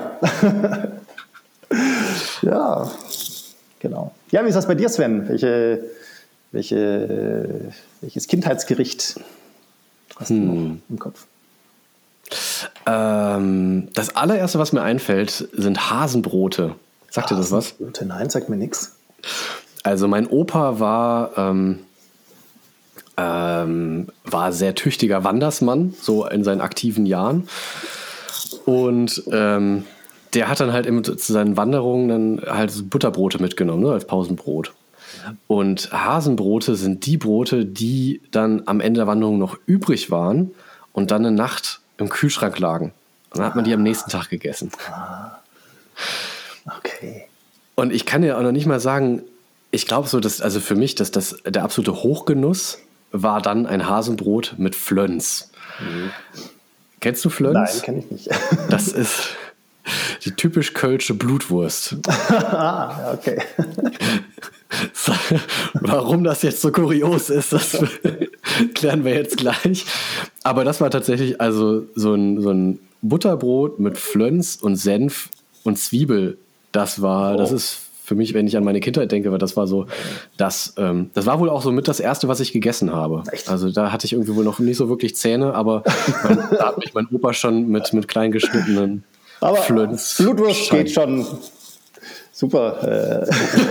Ja, genau. Ja, wie ist das bei dir, Sven? Welches Kindheitsgericht hast du noch im Kopf? Das allererste, was mir einfällt, sind Hasenbrote. Sagt dir das was? Nein, sagt mir nichts. Also mein Opa war sehr tüchtiger Wandersmann, so in seinen aktiven Jahren. Und der hat dann halt zu seinen Wanderungen dann halt so Butterbrote mitgenommen, ne, als Pausenbrot. Und Hasenbrote sind die Brote, die dann am Ende der Wanderung noch übrig waren und dann eine Nacht im Kühlschrank lagen. Und dann hat man die am nächsten Tag gegessen. Okay. Und ich kann dir auch noch nicht mal sagen, ich glaube so, dass also für mich, dass der absolute Hochgenuss war dann ein Hasenbrot mit Flöns. Kennst du Flöns? Nein, kenne ich nicht. Das ist die typisch kölsche Blutwurst. Ja, okay. Warum das jetzt so kurios ist, das klären wir jetzt gleich. Aber das war tatsächlich also so ein Butterbrot mit Flöns und Senf und Zwiebel. Das ist für mich, wenn ich an meine Kindheit denke, weil das war so, das war wohl auch so mit das Erste, was ich gegessen habe. Echt? Also da hatte ich irgendwie wohl noch nicht so wirklich Zähne, aber da hat mich mein Opa schon mit klein geschnittenen Flöns. Blutwurst geht schon super.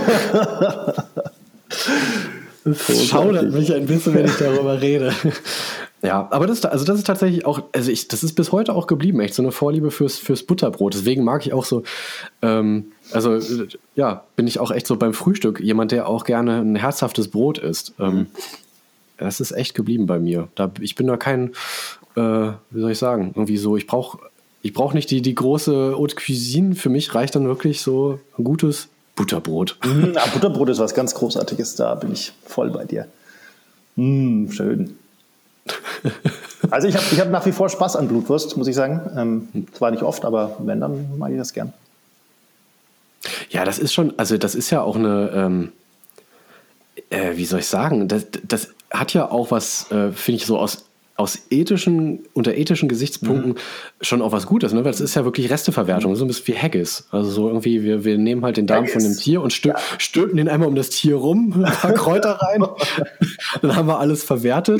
Das schaudert mich ein bisschen, wenn ich darüber rede. Ja, aber das ist tatsächlich auch, das ist bis heute auch geblieben, echt so eine Vorliebe fürs Butterbrot. Deswegen mag ich auch so, bin ich auch echt so beim Frühstück jemand, der auch gerne ein herzhaftes Brot isst. Das ist echt geblieben bei mir. Ich bin da kein, wie soll ich sagen, irgendwie so, ich brauche nicht die große Haute Cuisine. Für mich reicht dann wirklich so ein gutes Butterbrot. Ja, Butterbrot ist was ganz Großartiges, da bin ich voll bei dir. Schön. Also ich hab nach wie vor Spaß an Blutwurst, muss ich sagen. Zwar nicht oft, aber wenn, dann mag ich das gern. Ja, das ist schon, also das ist ja auch eine, wie soll ich sagen, das hat ja auch was, finde ich, so unter ethischen Gesichtspunkten schon auch was Gutes, ne? Weil es ist ja wirklich Resteverwertung, so ein bisschen wie Haggis. Also so irgendwie, wir nehmen halt den Darm von dem Tier und stülpen den einmal um das Tier rum, ein paar Kräuter rein, dann haben wir alles verwertet.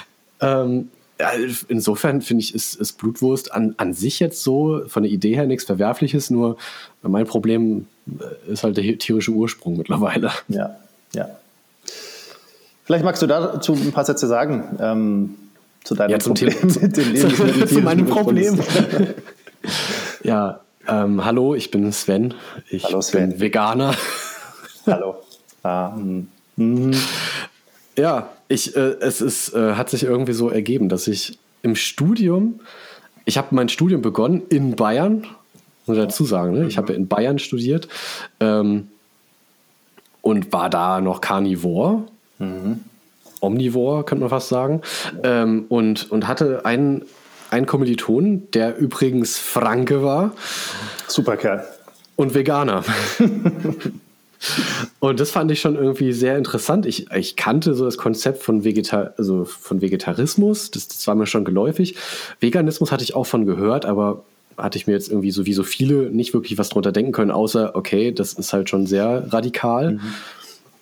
Insofern finde ich, ist Blutwurst an sich jetzt so von der Idee her nichts Verwerfliches, nur mein Problem ist halt der tierische Ursprung mittlerweile. Ja. Vielleicht magst du dazu ein paar Sätze sagen. Zu deinem Problem mit den Lebensmitteln. Zu meinem Problem. Ja, hallo, ich bin Sven. Hallo, Sven. Bin Veganer. Hallo. Ja, es hat sich irgendwie so ergeben, dass ich im Studium, ich habe mein Studium begonnen in Bayern, muss ich dazu sagen, ne? Ich habe in Bayern studiert und war da noch Carnivore. Omnivore, könnte man fast sagen. Und hatte einen Kommilitonen, der übrigens Franke war. Super Kerl. Und Veganer. Und das fand ich schon irgendwie sehr interessant. Ich kannte so das Konzept von Vegetarismus, das war mir schon geläufig. Veganismus hatte ich auch von gehört, aber hatte ich mir jetzt irgendwie so wie so viele nicht wirklich was drunter denken können, außer, okay, das ist halt schon sehr radikal.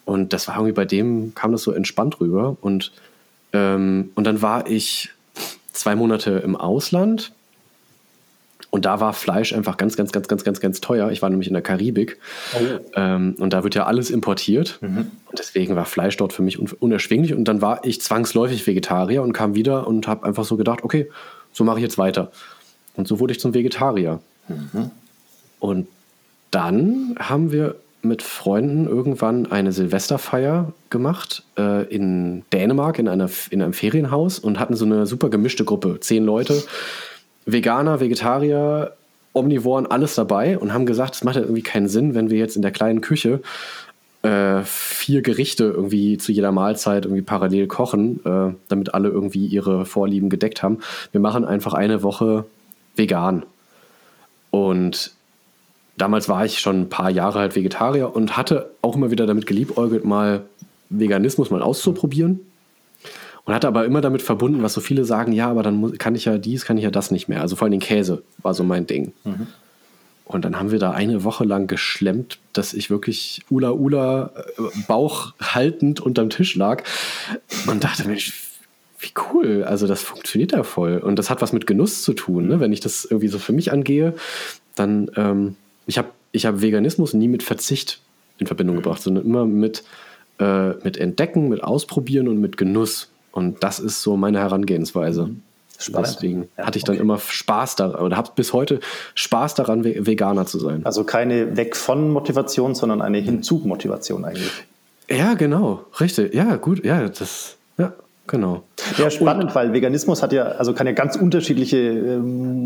Und das war irgendwie bei dem, kam das so entspannt rüber. Und dann war ich 2 Monate im Ausland. Und da war Fleisch einfach ganz, ganz, ganz, ganz, ganz, ganz teuer. Ich war nämlich in der Karibik. Oh. Und da wird ja alles importiert. Und deswegen war Fleisch dort für mich unerschwinglich. Und dann war ich zwangsläufig Vegetarier und kam wieder und habe einfach so gedacht, okay, so mache ich jetzt weiter. Und so wurde ich zum Vegetarier. Und dann haben wir mit Freunden irgendwann eine Silvesterfeier gemacht in Dänemark in einem Ferienhaus und hatten so eine super gemischte Gruppe. 10 Leute. Veganer, Vegetarier, Omnivoren, alles dabei und haben gesagt, es macht ja irgendwie keinen Sinn, wenn wir jetzt in der kleinen Küche 4 Gerichte irgendwie zu jeder Mahlzeit irgendwie parallel kochen, damit alle irgendwie ihre Vorlieben gedeckt haben. Wir machen einfach eine Woche vegan. Und damals war ich schon ein paar Jahre halt Vegetarier und hatte auch immer wieder damit geliebäugelt, mal Veganismus mal auszuprobieren. Und hatte aber immer damit verbunden, was so viele sagen, ja, aber dann kann ich ja das nicht mehr. Also vor allem den Käse war so mein Ding. Und dann haben wir da eine Woche lang geschlemmt, dass ich wirklich Ula Bauch haltend unterm Tisch lag und dachte mir, wie cool, also das funktioniert ja voll. Und das hat was mit Genuss zu tun, ne? Wenn ich das irgendwie so für mich angehe, dann, ich hab Veganismus nie mit Verzicht in Verbindung gebracht, sondern immer mit Entdecken, mit Ausprobieren und mit Genuss. Und das ist so meine Herangehensweise. Spannend. Deswegen hatte ich dann immer Spaß daran, oder habe bis heute Spaß daran, Veganer zu sein. Also keine Weg-von-Motivation, sondern eine Hinzu-Motivation eigentlich. Ja, genau, richtig. Ja, gut, ja, genau. Ja, spannend, weil Veganismus kann ja ganz unterschiedliche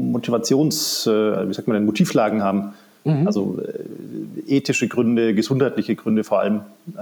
Motivlagen haben. Also ethische Gründe, gesundheitliche Gründe vor allem.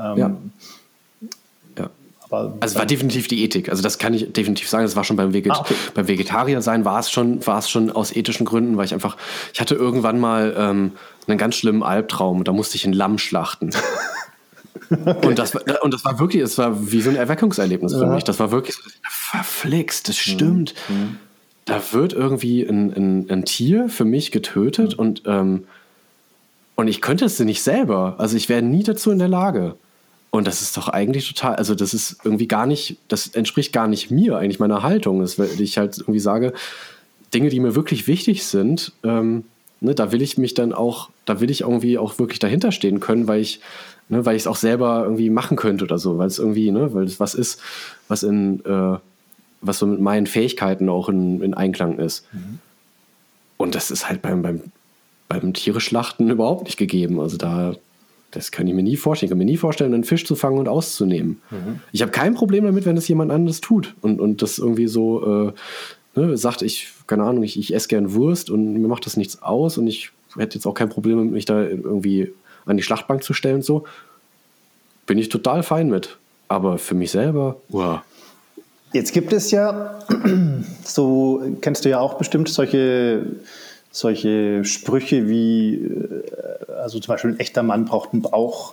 Also es war definitiv die Ethik. Also das kann ich definitiv sagen. Das war schon beim Vegetarier sein war es schon aus ethischen Gründen, weil ich hatte irgendwann mal einen ganz schlimmen Albtraum. Da musste ich ein Lamm schlachten. Okay. Und das war wirklich, es war wie so ein Erweckungserlebnis für mich. Das war wirklich so, verflixt, das stimmt. Da wird irgendwie ein Tier für mich getötet und ich könnte es nicht selber. Also ich wäre nie dazu in der Lage. Und das ist doch eigentlich total, also das ist irgendwie das entspricht gar nicht mir, eigentlich meiner Haltung. Das, weil ich halt irgendwie sage, Dinge, die mir wirklich wichtig sind, da will ich irgendwie auch wirklich dahinter stehen können, weil ich es auch selber irgendwie machen könnte oder so, weil es irgendwie, weil es was ist, was so mit meinen Fähigkeiten auch in Einklang ist. Und das ist halt beim Tiere-Schlachten überhaupt nicht gegeben. Also das kann ich mir nie vorstellen. Ich kann mir nie vorstellen, einen Fisch zu fangen und auszunehmen. Ich habe kein Problem damit, wenn das jemand anderes tut und das irgendwie so sagt, keine Ahnung, ich esse gern Wurst und mir macht das nichts aus und ich hätte jetzt auch kein Problem, mich da irgendwie an die Schlachtbank zu stellen und so. Bin ich total fein mit. Aber für mich selber, wow. Jetzt gibt es ja, so kennst du ja auch bestimmt solche Sprüche wie, also zum Beispiel ein echter Mann braucht einen Bauch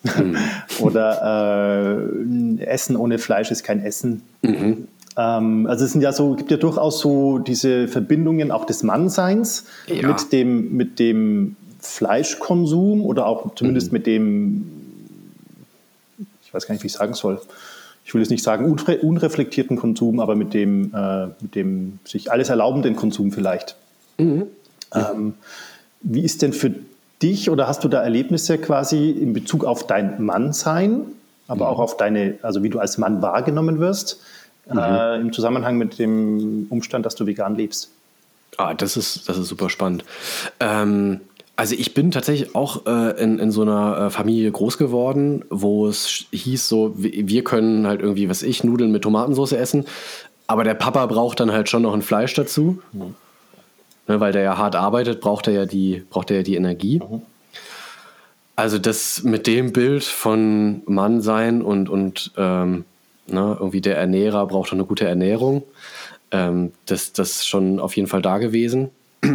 oder Essen ohne Fleisch ist kein Essen. Also es gibt ja durchaus so diese Verbindungen auch des Mannseins mit dem Fleischkonsum oder auch zumindest mit dem, ich weiß gar nicht, wie ich sagen soll, ich will jetzt nicht sagen unreflektierten Konsum, aber mit dem sich alles erlaubenden Konsum vielleicht. Wie ist denn für dich oder hast du da Erlebnisse quasi in Bezug auf dein Mannsein, aber auch auf also wie du als Mann wahrgenommen wirst, im Zusammenhang mit dem Umstand, dass du vegan lebst? Das ist super spannend. Also ich bin tatsächlich auch in so einer Familie groß geworden, wo es hieß so, wir können halt irgendwie, Nudeln mit Tomatensauce essen, aber der Papa braucht dann halt schon noch ein Fleisch dazu. Ne, weil der ja hart arbeitet, braucht er ja die Energie. Also das mit dem Bild von Mann sein und irgendwie der Ernährer braucht eine gute Ernährung. Das ist schon auf jeden Fall da gewesen.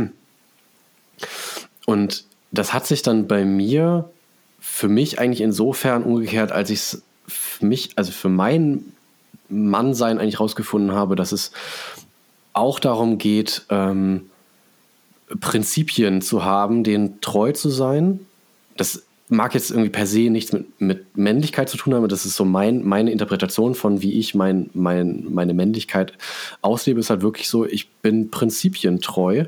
Und das hat sich dann bei mir für mich eigentlich insofern umgekehrt, als ich es für mein Mannsein eigentlich rausgefunden habe, dass es auch darum geht, Prinzipien zu haben, denen treu zu sein. Das mag jetzt irgendwie per se nichts mit Männlichkeit zu tun haben, das ist so meine Interpretation von, wie ich meine Männlichkeit auslebe, ist halt wirklich so, ich bin prinzipientreu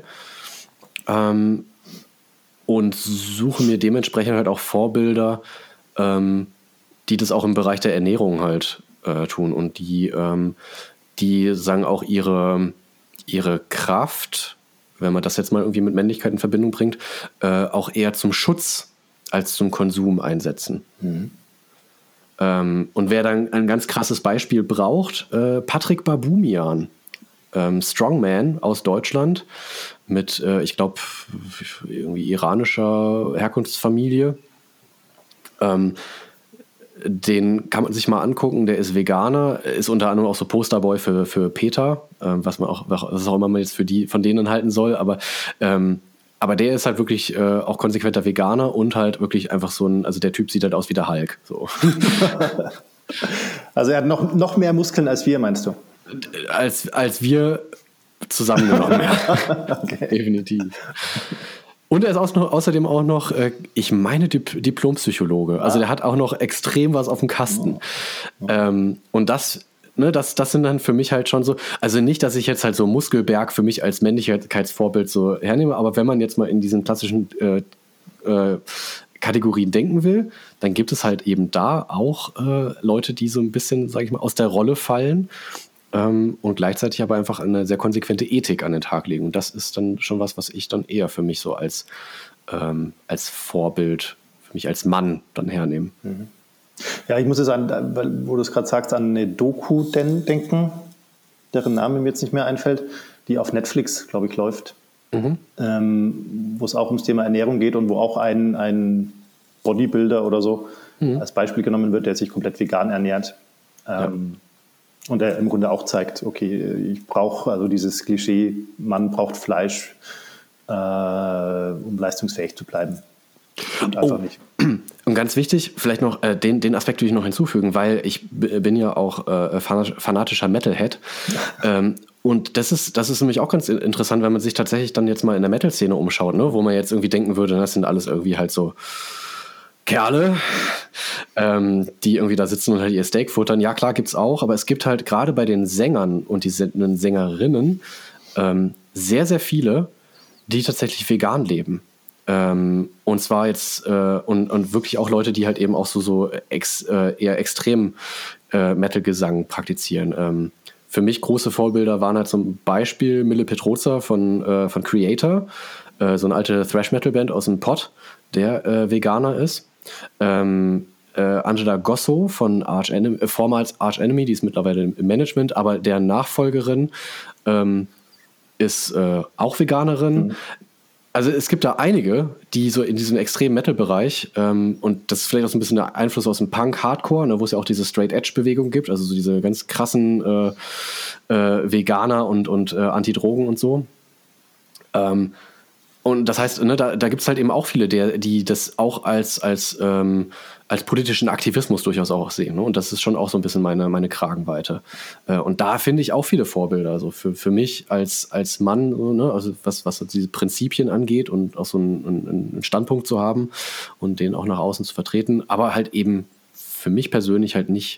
und suche mir dementsprechend halt auch Vorbilder, die das auch im Bereich der Ernährung halt tun und die sagen auch ihre Kraft, wenn man das jetzt mal irgendwie mit Männlichkeit in Verbindung bringt, auch eher zum Schutz als zum Konsum einsetzen. Und wer dann ein ganz krasses Beispiel braucht, Patrick Baboumian, Strongman aus Deutschland mit, ich glaube, irgendwie iranischer Herkunftsfamilie. Den kann man sich mal angucken, der ist Veganer, ist unter anderem auch so Posterboy für PETA, was auch immer man jetzt von denen halten soll, aber der ist halt wirklich auch konsequenter Veganer und halt wirklich einfach also der Typ sieht halt aus wie der Hulk. So. Also er hat noch mehr Muskeln als wir, meinst du? Als wir zusammengenommen, ja. Okay. Definitiv. Und er ist außerdem auch noch, ich meine, Diplompsychologe. Also der hat auch noch extrem was auf dem Kasten. Und das sind dann für mich halt schon so, also nicht, dass ich jetzt halt so Muskelberg für mich als Männlichkeitsvorbild so hernehme, aber wenn man jetzt mal in diesen klassischen Kategorien denken will, dann gibt es halt eben da auch Leute, die so ein bisschen, sage ich mal, aus der Rolle fallen und gleichzeitig aber einfach eine sehr konsequente Ethik an den Tag legen. Und das ist dann schon was ich dann eher für mich so als Vorbild, für mich als Mann dann hernehme. Mhm. Ja, ich muss jetzt wo du es gerade sagst, an eine Doku denken, deren Name mir jetzt nicht mehr einfällt, die auf Netflix, glaube ich, läuft, wo es auch ums Thema Ernährung geht und wo auch ein Bodybuilder oder so als Beispiel genommen wird, der sich komplett vegan ernährt. Und er im Grunde auch zeigt, okay, ich brauche also dieses Klischee, Mann braucht Fleisch, um leistungsfähig zu bleiben. Und einfach nicht. Und ganz wichtig, vielleicht noch den Aspekt will ich noch hinzufügen, weil ich bin ja auch fanatischer Metalhead. Und das ist nämlich auch ganz interessant, wenn man sich tatsächlich dann jetzt mal in der Metal-Szene umschaut, ne? Wo man jetzt irgendwie denken würde, das sind alles irgendwie halt so Kerle, die irgendwie da sitzen und halt ihr Steak futtern. Ja, klar, gibt's auch, aber es gibt halt gerade bei den Sängern und den Sängerinnen sehr, sehr viele, die tatsächlich vegan leben. Und zwar jetzt und wirklich auch Leute, die halt eben auch so eher extrem Metal-Gesang praktizieren. Für mich große Vorbilder waren halt zum Beispiel Mille Petroza von Creator, so eine alte Thrash-Metal-Band aus dem Pott, der Veganer ist. Angela Gosso von vormals Arch Enemy, die ist mittlerweile im Management, aber deren Nachfolgerin ist auch Veganerin. Also es gibt da einige, die so in diesem extremen Metal-Bereich und das ist vielleicht auch so ein bisschen der Einfluss aus dem Punk-Hardcore, ne, wo es ja auch diese Straight-Edge-Bewegung gibt, also so diese ganz krassen Veganer und Anti-Drogen und so. Und das heißt, ne, da gibt es halt eben auch viele, die das auch als politischen Aktivismus durchaus auch sehen. Ne? Und das ist schon auch so ein bisschen meine Kragenweite. Und da finde ich auch viele Vorbilder. Also für mich als Mann, so, ne? Also was diese Prinzipien angeht und auch so einen Standpunkt zu haben und den auch nach außen zu vertreten. Aber halt eben für mich persönlich halt nicht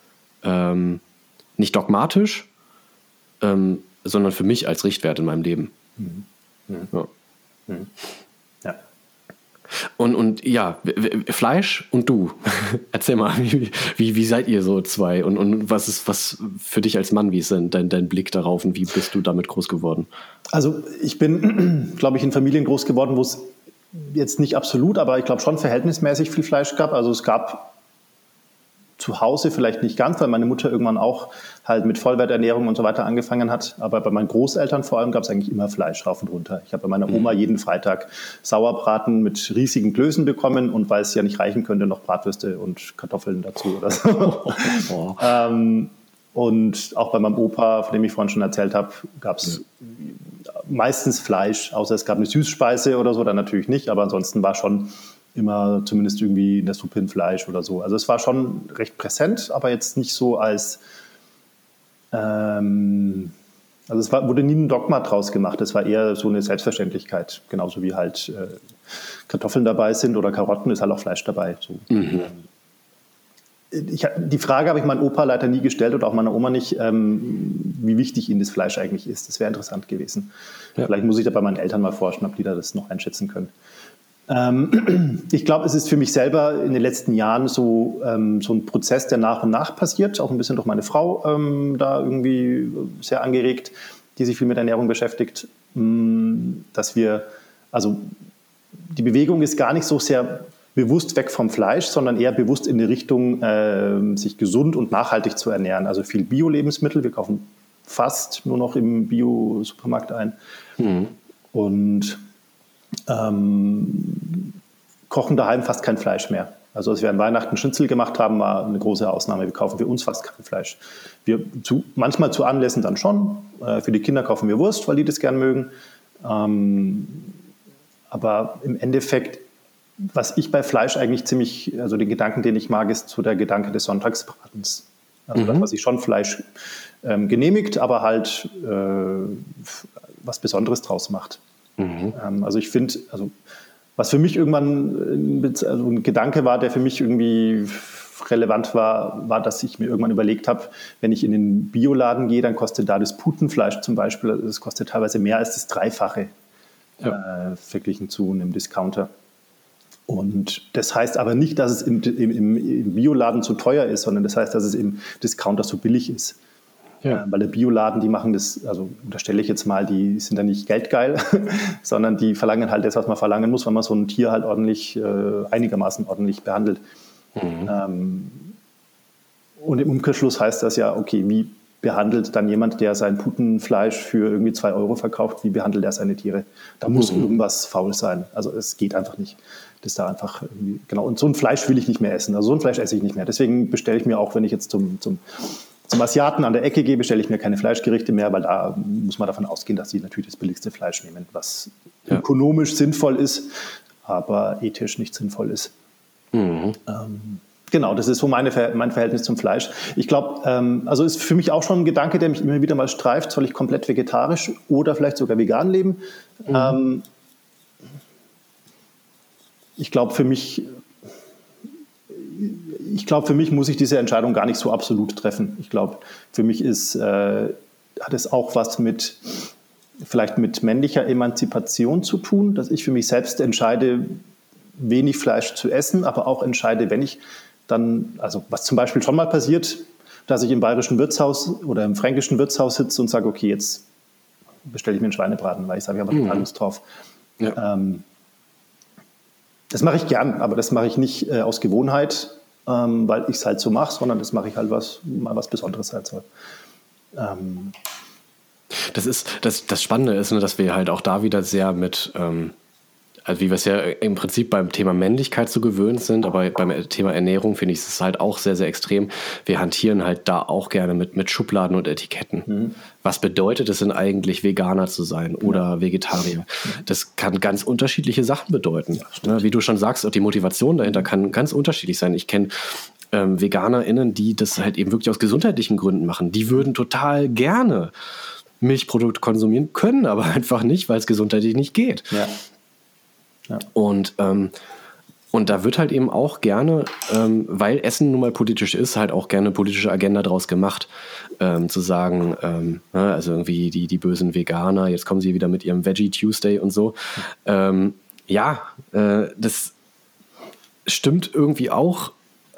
dogmatisch, sondern für mich als Richtwert in meinem Leben. Ja. Ja. Und ja, Fleisch und du. Erzähl mal, wie seid ihr so zwei? Und was ist für dich als Mann, wie ist denn dein Blick darauf und wie bist du damit groß geworden? Also ich bin, glaube ich, in Familien groß geworden, wo es jetzt nicht absolut, aber ich glaube schon verhältnismäßig viel Fleisch gab. Also es gab zu Hause vielleicht nicht ganz, weil meine Mutter irgendwann auch halt mit Vollwerternährung und so weiter angefangen hat. Aber bei meinen Großeltern vor allem gab es eigentlich immer Fleisch rauf und runter. Ich habe bei meiner Oma jeden Freitag Sauerbraten mit riesigen Klößen bekommen und weil es ja nicht reichen könnte, noch Bratwürste und Kartoffeln dazu oder so. Und auch bei meinem Opa, von dem ich vorhin schon erzählt habe, gab es meistens Fleisch, außer es gab eine Süßspeise oder so, dann natürlich nicht. Aber ansonsten war schon immer zumindest irgendwie in der Suppe ein Fleisch oder so. Also es war schon recht präsent, aber jetzt nicht so als Also es wurde nie ein Dogma draus gemacht, es war eher so eine Selbstverständlichkeit, genauso wie halt Kartoffeln dabei sind oder Karotten, ist halt auch Fleisch dabei. So. Die Frage habe ich meinem Opa leider nie gestellt oder auch meiner Oma nicht, wie wichtig ihnen das Fleisch eigentlich ist. Das wäre interessant gewesen. Ja. Vielleicht muss ich da bei meinen Eltern mal forschen, ob die da das noch einschätzen können. Ich glaube, es ist für mich selber in den letzten Jahren so ein Prozess, der nach und nach passiert, auch ein bisschen durch meine Frau da irgendwie sehr angeregt, die sich viel mit Ernährung beschäftigt, dass wir, also die Bewegung ist gar nicht so sehr bewusst weg vom Fleisch, sondern eher bewusst in die Richtung, sich gesund und nachhaltig zu ernähren. Also viel Bio-Lebensmittel, wir kaufen fast nur noch im Bio-Supermarkt ein und kochen daheim fast kein Fleisch mehr. Also als wir an Weihnachten Schnitzel gemacht haben, war eine große Ausnahme. Wir kaufen für uns fast kein Fleisch. Manchmal zu Anlässen dann schon. Für die Kinder kaufen wir Wurst, weil die das gern mögen. Aber im Endeffekt, was ich bei Fleisch eigentlich also den Gedanken, den ich mag, ist so der Gedanke des Sonntagsbratens. Also dass man sich schon Fleisch genehmigt, aber halt was Besonderes draus macht. Also ich finde, was für mich irgendwann ein Gedanke war, der für mich irgendwie relevant war, dass ich mir irgendwann überlegt habe, wenn ich in den Bioladen gehe, dann kostet da das Putenfleisch zum Beispiel, das kostet teilweise mehr als das Dreifache verglichen zu einem Discounter. Und das heißt aber nicht, dass es im Bioladen zu teuer ist, sondern das heißt, dass es im Discounter so billig ist. Ja. Weil der Bioladen, die machen das, also unterstelle ich jetzt mal, die sind dann nicht geldgeil, sondern die verlangen halt das, was man verlangen muss, wenn man so ein Tier halt einigermaßen ordentlich behandelt. Und im Umkehrschluss heißt das ja, okay, wie behandelt dann jemand, der sein Putenfleisch für irgendwie 2 Euro verkauft, wie behandelt er seine Tiere? Da muss irgendwas faul sein. Also es geht einfach nicht. Das da einfach irgendwie, genau. Und so ein Fleisch will ich nicht mehr essen. Also so ein Fleisch esse ich nicht mehr. Deswegen bestelle ich mir auch, wenn ich jetzt zum Asiaten an der Ecke gehe, bestelle ich mir keine Fleischgerichte mehr, weil da muss man davon ausgehen, dass sie natürlich das billigste Fleisch nehmen, was ökonomisch sinnvoll ist, aber ethisch nicht sinnvoll ist. Genau, das ist so mein Verhältnis zum Fleisch. Ich glaube, also ist für mich auch schon ein Gedanke, der mich immer wieder mal streift, soll ich komplett vegetarisch oder vielleicht sogar vegan leben? Ich glaube, für mich muss ich diese Entscheidung gar nicht so absolut treffen. Ich glaube, für mich hat es auch was vielleicht mit männlicher Emanzipation zu tun, dass ich für mich selbst entscheide, wenig Fleisch zu essen, aber auch entscheide, wenn ich dann, also was zum Beispiel schon mal passiert, dass ich im bayerischen Wirtshaus oder im fränkischen Wirtshaus sitze und sage, okay, jetzt bestelle ich mir einen Schweinebraten, weil ich sage, ich habe total Lust drauf. Ja. Das mache ich gern, aber das mache ich nicht aus Gewohnheit, weil ich es halt so mache, sondern das mache ich halt mal was Besonderes halt so. Das Spannende ist, dass wir halt auch da wieder sehr mit, also wie wir es ja im Prinzip beim Thema Männlichkeit so gewöhnt sind, aber beim Thema Ernährung finde ich es halt auch sehr, sehr extrem. Wir hantieren halt da auch gerne mit Schubladen und Etiketten. Was bedeutet es denn eigentlich, Veganer zu sein oder Vegetarier? Das kann ganz unterschiedliche Sachen bedeuten. Ja, wie du schon sagst, auch die Motivation dahinter kann ganz unterschiedlich sein. Ich kenne VeganerInnen, die das halt eben wirklich aus gesundheitlichen Gründen machen. Die würden total gerne Milchprodukte konsumieren, können aber einfach nicht, weil es gesundheitlich nicht geht. Ja. Ja. Und da wird halt eben auch gerne, weil Essen nun mal politisch ist, halt auch gerne eine politische Agenda draus gemacht, zu sagen, also irgendwie die bösen Veganer, jetzt kommen sie wieder mit ihrem Veggie Tuesday und so. Das stimmt irgendwie auch,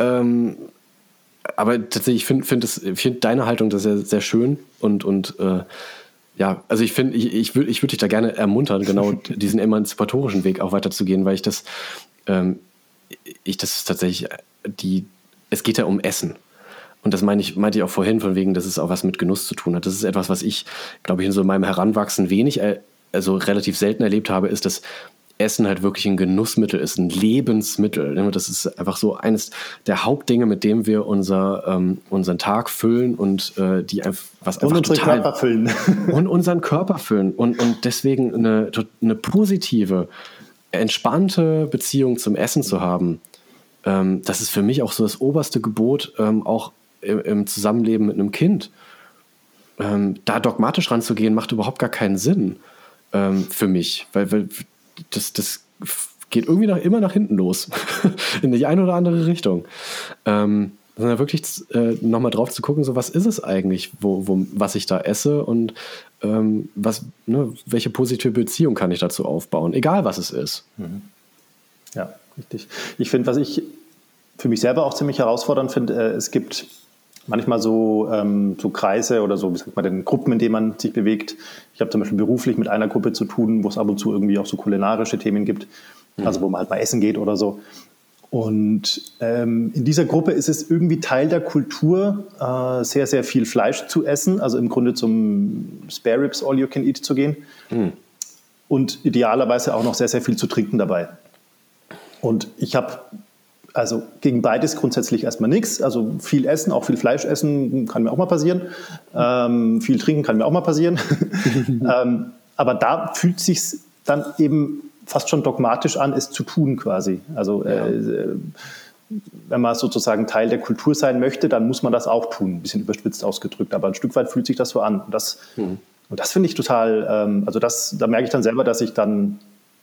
aber tatsächlich, ich finde deine Haltung da sehr, sehr schön und ja, also ich würde dich da gerne ermuntern, genau diesen emanzipatorischen Weg auch weiterzugehen, weil ich das tatsächlich, es geht ja um Essen. Und das meinte ich auch vorhin, von wegen, dass es auch was mit Genuss zu tun hat. Das ist etwas, was ich, glaube ich, in so meinem Heranwachsen also relativ selten erlebt habe, ist, dass Essen halt wirklich ein Genussmittel ist, ein Lebensmittel. Das ist einfach so eines der Hauptdinge, mit dem wir unseren Tag füllen und die einfach was einfach unseren Körper füllen. Und unseren Körper füllen. Und deswegen eine positive, entspannte Beziehung zum Essen zu haben, das ist für mich auch so das oberste Gebot, auch im Zusammenleben mit einem Kind. da dogmatisch ranzugehen, macht überhaupt gar keinen Sinn für mich, weil das geht irgendwie immer nach hinten los, in die eine oder andere Richtung. Sondern wirklich nochmal drauf zu gucken, so was ist es eigentlich, was ich da esse und welche positive Beziehung kann ich dazu aufbauen, egal was es ist. Ja, richtig. Ich finde, was ich für mich selber auch ziemlich herausfordernd finde, es gibt manchmal so Kreise oder so, wie sagt man denn, Gruppen, in denen man sich bewegt. Ich habe zum Beispiel beruflich mit einer Gruppe zu tun, wo es ab und zu irgendwie auch so kulinarische Themen gibt, also wo man halt mal essen geht oder so. Und in dieser Gruppe ist es irgendwie Teil der Kultur, sehr, sehr viel Fleisch zu essen, also im Grunde zum Spare Ribs All You Can Eat zu gehen und idealerweise auch noch sehr, sehr viel zu trinken dabei. Und ich habe also gegen beides grundsätzlich erstmal nichts. Also viel essen, auch viel Fleisch essen, kann mir auch mal passieren. Viel trinken kann mir auch mal passieren. Aber da fühlt es sich dann eben fast schon dogmatisch an, es zu tun quasi. Also wenn man sozusagen Teil der Kultur sein möchte, dann muss man das auch tun. Ein bisschen überspitzt ausgedrückt, aber ein Stück weit fühlt sich das so an. Und das finde ich total, da merke ich dann selber, dass ich dann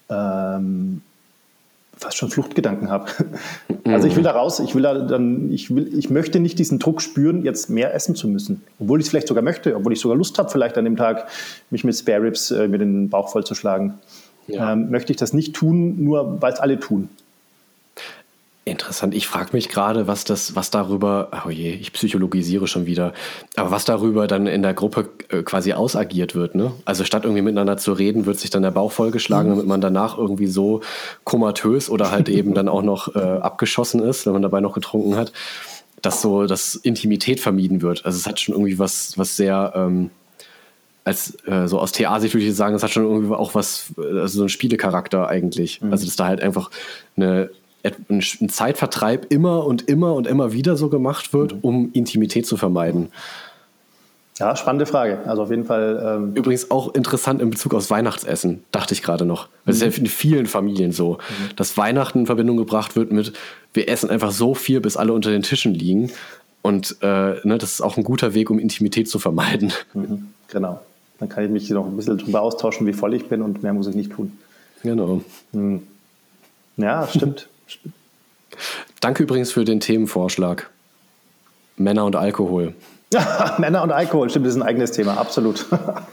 fast schon Fluchtgedanken habe. Also ich will da raus, ich möchte nicht diesen Druck spüren, jetzt mehr essen zu müssen. Obwohl ich es vielleicht sogar möchte, obwohl ich sogar Lust habe, vielleicht an dem Tag mich mit Spare Ribs mir den Bauch vollzuschlagen. Möchte ich das nicht tun, nur weil es alle tun. Interessant. Ich frage mich gerade, was darüber, oh je, ich psychologisiere schon wieder, aber was darüber dann in der Gruppe quasi ausagiert wird, ne? Also statt irgendwie miteinander zu reden, wird sich dann der Bauch vollgeschlagen, damit man danach irgendwie so komatös oder halt eben dann auch noch abgeschossen ist, wenn man dabei noch getrunken hat, dass Intimität vermieden wird. Also es hat schon irgendwie was sehr, so aus TA-Sicht würde ich sagen, es hat schon irgendwie auch also so einen Spielecharakter eigentlich. Also dass da halt einfach ein Zeitvertreib immer und immer wieder so gemacht wird, um Intimität zu vermeiden. Ja, spannende Frage. Also auf jeden Fall. Übrigens auch interessant in Bezug aufs Weihnachtsessen, dachte ich gerade noch. Das ist ja in vielen Familien so, dass Weihnachten in Verbindung gebracht wird mit, wir essen einfach so viel, bis alle unter den Tischen liegen. Und das ist auch ein guter Weg, um Intimität zu vermeiden. Genau. Dann kann ich mich noch ein bisschen darüber austauschen, wie voll ich bin, und mehr muss ich nicht tun. Genau. Ja, stimmt. Danke übrigens für den Themenvorschlag. Männer und Alkohol. Männer und Alkohol, stimmt, das ist ein eigenes Thema, absolut.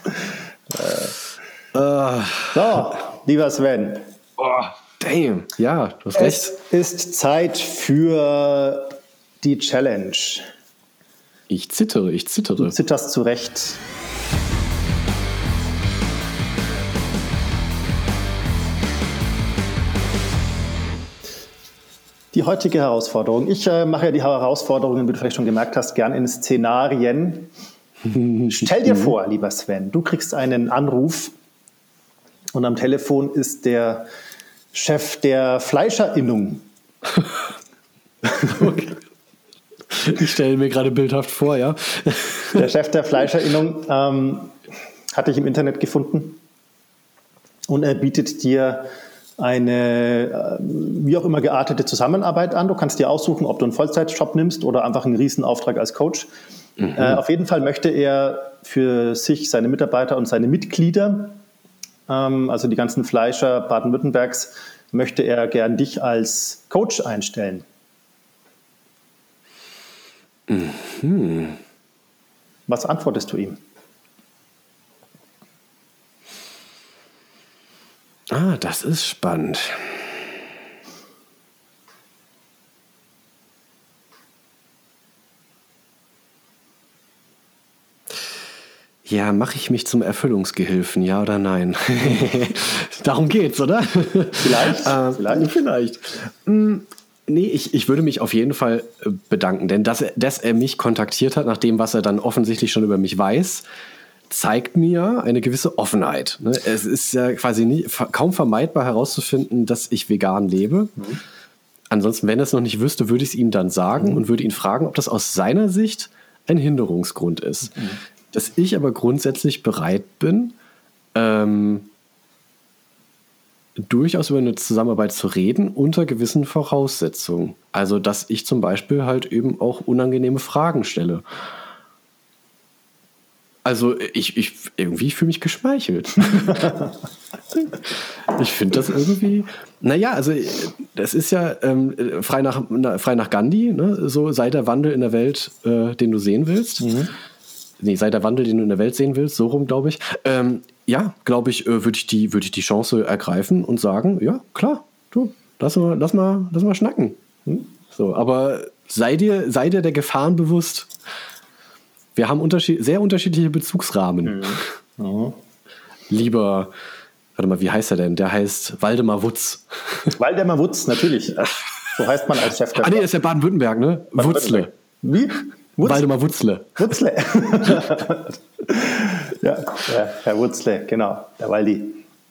So, lieber Sven. Damn, ja, du hast recht. Es ist Zeit für die Challenge. Ich zittere. Du zitterst zu Recht. Die heutige Herausforderung. Ich mache ja die Herausforderungen, wie du vielleicht schon gemerkt hast, gern in Szenarien. Stell dir vor, lieber Sven, du kriegst einen Anruf und am Telefon ist der Chef der Fleischerinnung. Okay. Ich stelle mir gerade bildhaft vor, ja. Der Chef der Fleischerinnung hat dich im Internet gefunden und er bietet dir eine wie auch immer geartete Zusammenarbeit an. Du kannst dir aussuchen, ob du einen Vollzeitjob nimmst oder einfach einen Riesenauftrag als Coach. Auf jeden Fall möchte er für sich, seine Mitarbeiter und seine Mitglieder, also die ganzen Fleischer Baden-Württembergs, möchte er gern dich als Coach einstellen. Was antwortest du ihm? Das ist spannend. Ja, mache ich mich zum Erfüllungsgehilfen, ja oder nein? Darum geht's, oder? Vielleicht. Nee, ich würde mich auf jeden Fall bedanken, denn dass er mich kontaktiert hat, nach dem, was er dann offensichtlich schon über mich weiß, zeigt mir eine gewisse Offenheit. Es ist ja quasi kaum vermeidbar herauszufinden, dass ich vegan lebe. Ansonsten, wenn er es noch nicht wüsste, würde ich es ihm dann sagen und würde ihn fragen, ob das aus seiner Sicht ein Hinderungsgrund ist. Dass ich aber grundsätzlich bereit bin, durchaus über eine Zusammenarbeit zu reden unter gewissen Voraussetzungen. Also, dass ich zum Beispiel halt eben auch unangenehme Fragen stelle. Also ich fühle mich geschmeichelt. Ich finde das irgendwie, naja, also das ist ja frei nach Gandhi, ne? So sei der Wandel in der Welt, den du sehen willst. Nee, sei der Wandel, den du in der Welt sehen willst, so rum, glaube ich. Ja, glaube ich, würde ich die Chance ergreifen und sagen, ja, klar, du, lass mal schnacken. So, aber sei dir der Gefahren bewusst. Wir haben sehr unterschiedliche Bezugsrahmen. Lieber, warte mal, wie heißt er denn? Der heißt Waldemar Wutz. Waldemar Wutz, natürlich. So heißt man als Chef der nee, das ist ja Baden-Württemberg, ne? Wutzle. Wie? Waldemar Wutzle. Wutzle. Ja, Herr Wutzle, genau, der Waldi.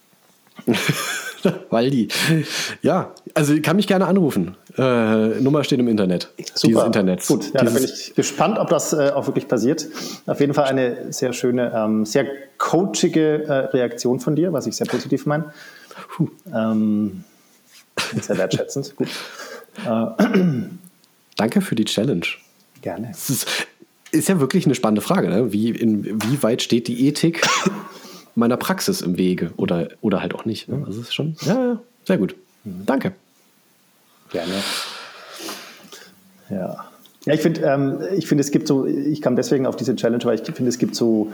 Waldi. Ja, also kann mich gerne anrufen. Nummer steht im Internet. Super. Dieses Internets. Gut, ja, da bin ich gespannt, ob das auch wirklich passiert. Auf jeden Fall eine sehr schöne, sehr coachige Reaktion von dir, was ich sehr positiv meine. Sehr wertschätzend. Gut. Danke für die Challenge. Gerne. Das ist ja wirklich eine spannende Frage, ne? Inwieweit steht die Ethik meiner Praxis im Wege oder halt auch nicht. Ne? Also es ist schon, ja, sehr gut. Danke. Gerne. Ja. Ja, ich finde, es gibt so, ich kam deswegen auf diese Challenge, weil ich finde, es gibt so,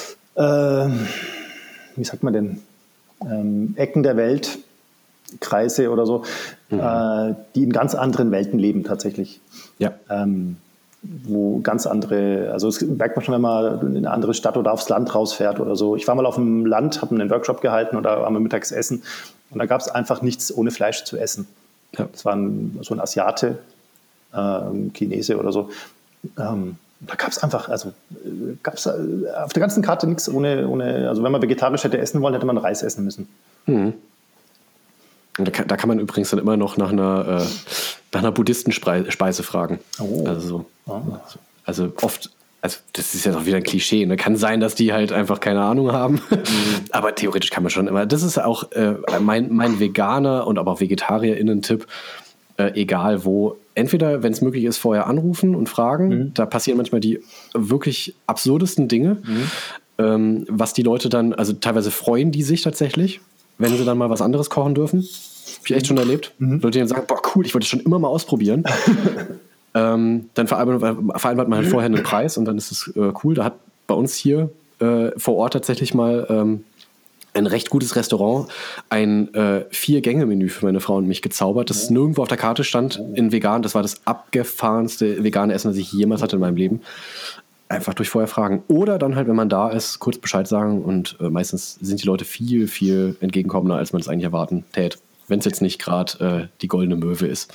wie sagt man denn, Ecken der Welt, Kreise oder so, die in ganz anderen Welten leben tatsächlich. Ja. Wo ganz andere, also das merkt man schon, wenn man in eine andere Stadt oder aufs Land rausfährt oder so. Ich war mal auf dem Land, habe einen Workshop gehalten und da waren wir mittags essen und da gab es einfach nichts ohne Fleisch zu essen. Ja. Das war so ein Asiate, Chinese oder so. Da gab es einfach, gab's auf der ganzen Karte nichts ohne, also wenn man vegetarisch hätte essen wollen, hätte man Reis essen müssen. Mhm. Da kann man übrigens dann immer noch nach einer Buddhistenspeise fragen. Oh. Also oft, also das ist ja doch wieder ein Klischee, ne? Kann sein, dass die halt einfach keine Ahnung haben. Aber theoretisch kann man schon immer. Das ist auch mein Veganer und aber auch VegetarierInnen-Tipp, egal wo. Entweder, wenn es möglich ist, vorher anrufen und fragen. Da passieren manchmal die wirklich absurdesten Dinge, was die Leute dann, also teilweise freuen die sich tatsächlich, wenn sie dann mal was anderes kochen dürfen. Habe ich echt schon erlebt. Leute, die dann sagen, boah, cool, ich wollte es schon immer mal ausprobieren. Dann vereinbart man halt vorher einen Preis und dann ist es cool. Da hat bei uns hier vor Ort tatsächlich mal ein recht gutes Restaurant ein 4-Gänge-Menü für meine Frau und mich gezaubert, das nirgendwo auf der Karte stand in vegan. Das war das abgefahrenste vegane Essen, das ich jemals hatte in meinem Leben. Einfach durch vorher fragen. Oder dann halt, wenn man da ist, kurz Bescheid sagen und meistens sind die Leute viel, viel entgegenkommender, als man es eigentlich erwarten täte. Wenn es jetzt nicht gerade die goldene Möwe ist.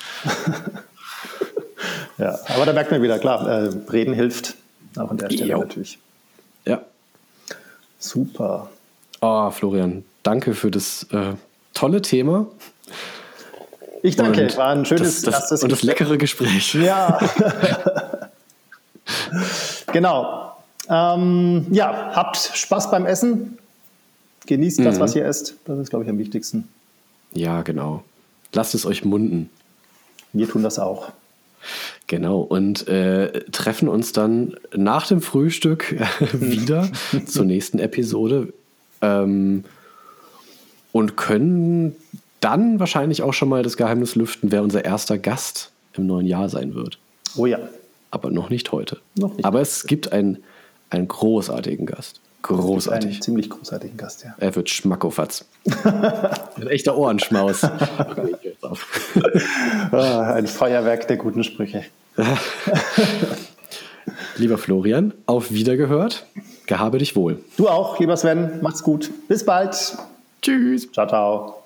Ja, aber da merkt man wieder, klar, Reden hilft auch an der Stelle natürlich. Ja. Super. Oh, Florian, danke für das tolle Thema. Ich danke, war ein schönes und das leckere Gespräch. Ja. Genau. Ja, habt Spaß beim Essen. Genießt das, was ihr esst. Das ist, glaube ich, am wichtigsten. Ja, genau. Lasst es euch munden. Wir tun das auch. Genau, und treffen uns dann nach dem Frühstück wieder zur nächsten Episode und können dann wahrscheinlich auch schon mal das Geheimnis lüften, wer unser erster Gast im neuen Jahr sein wird. Oh ja. Aber noch nicht heute. Noch nicht. Aber es gibt einen großartigen Gast. Großartig. Einen ziemlich großartigen Gast, ja. Er wird Schmackofatz. Ein echter Ohrenschmaus. Ein Feuerwerk der guten Sprüche. Lieber Florian, auf Wiedergehört. Gehabe dich wohl. Du auch, lieber Sven. Macht's gut. Bis bald. Tschüss. Ciao, ciao.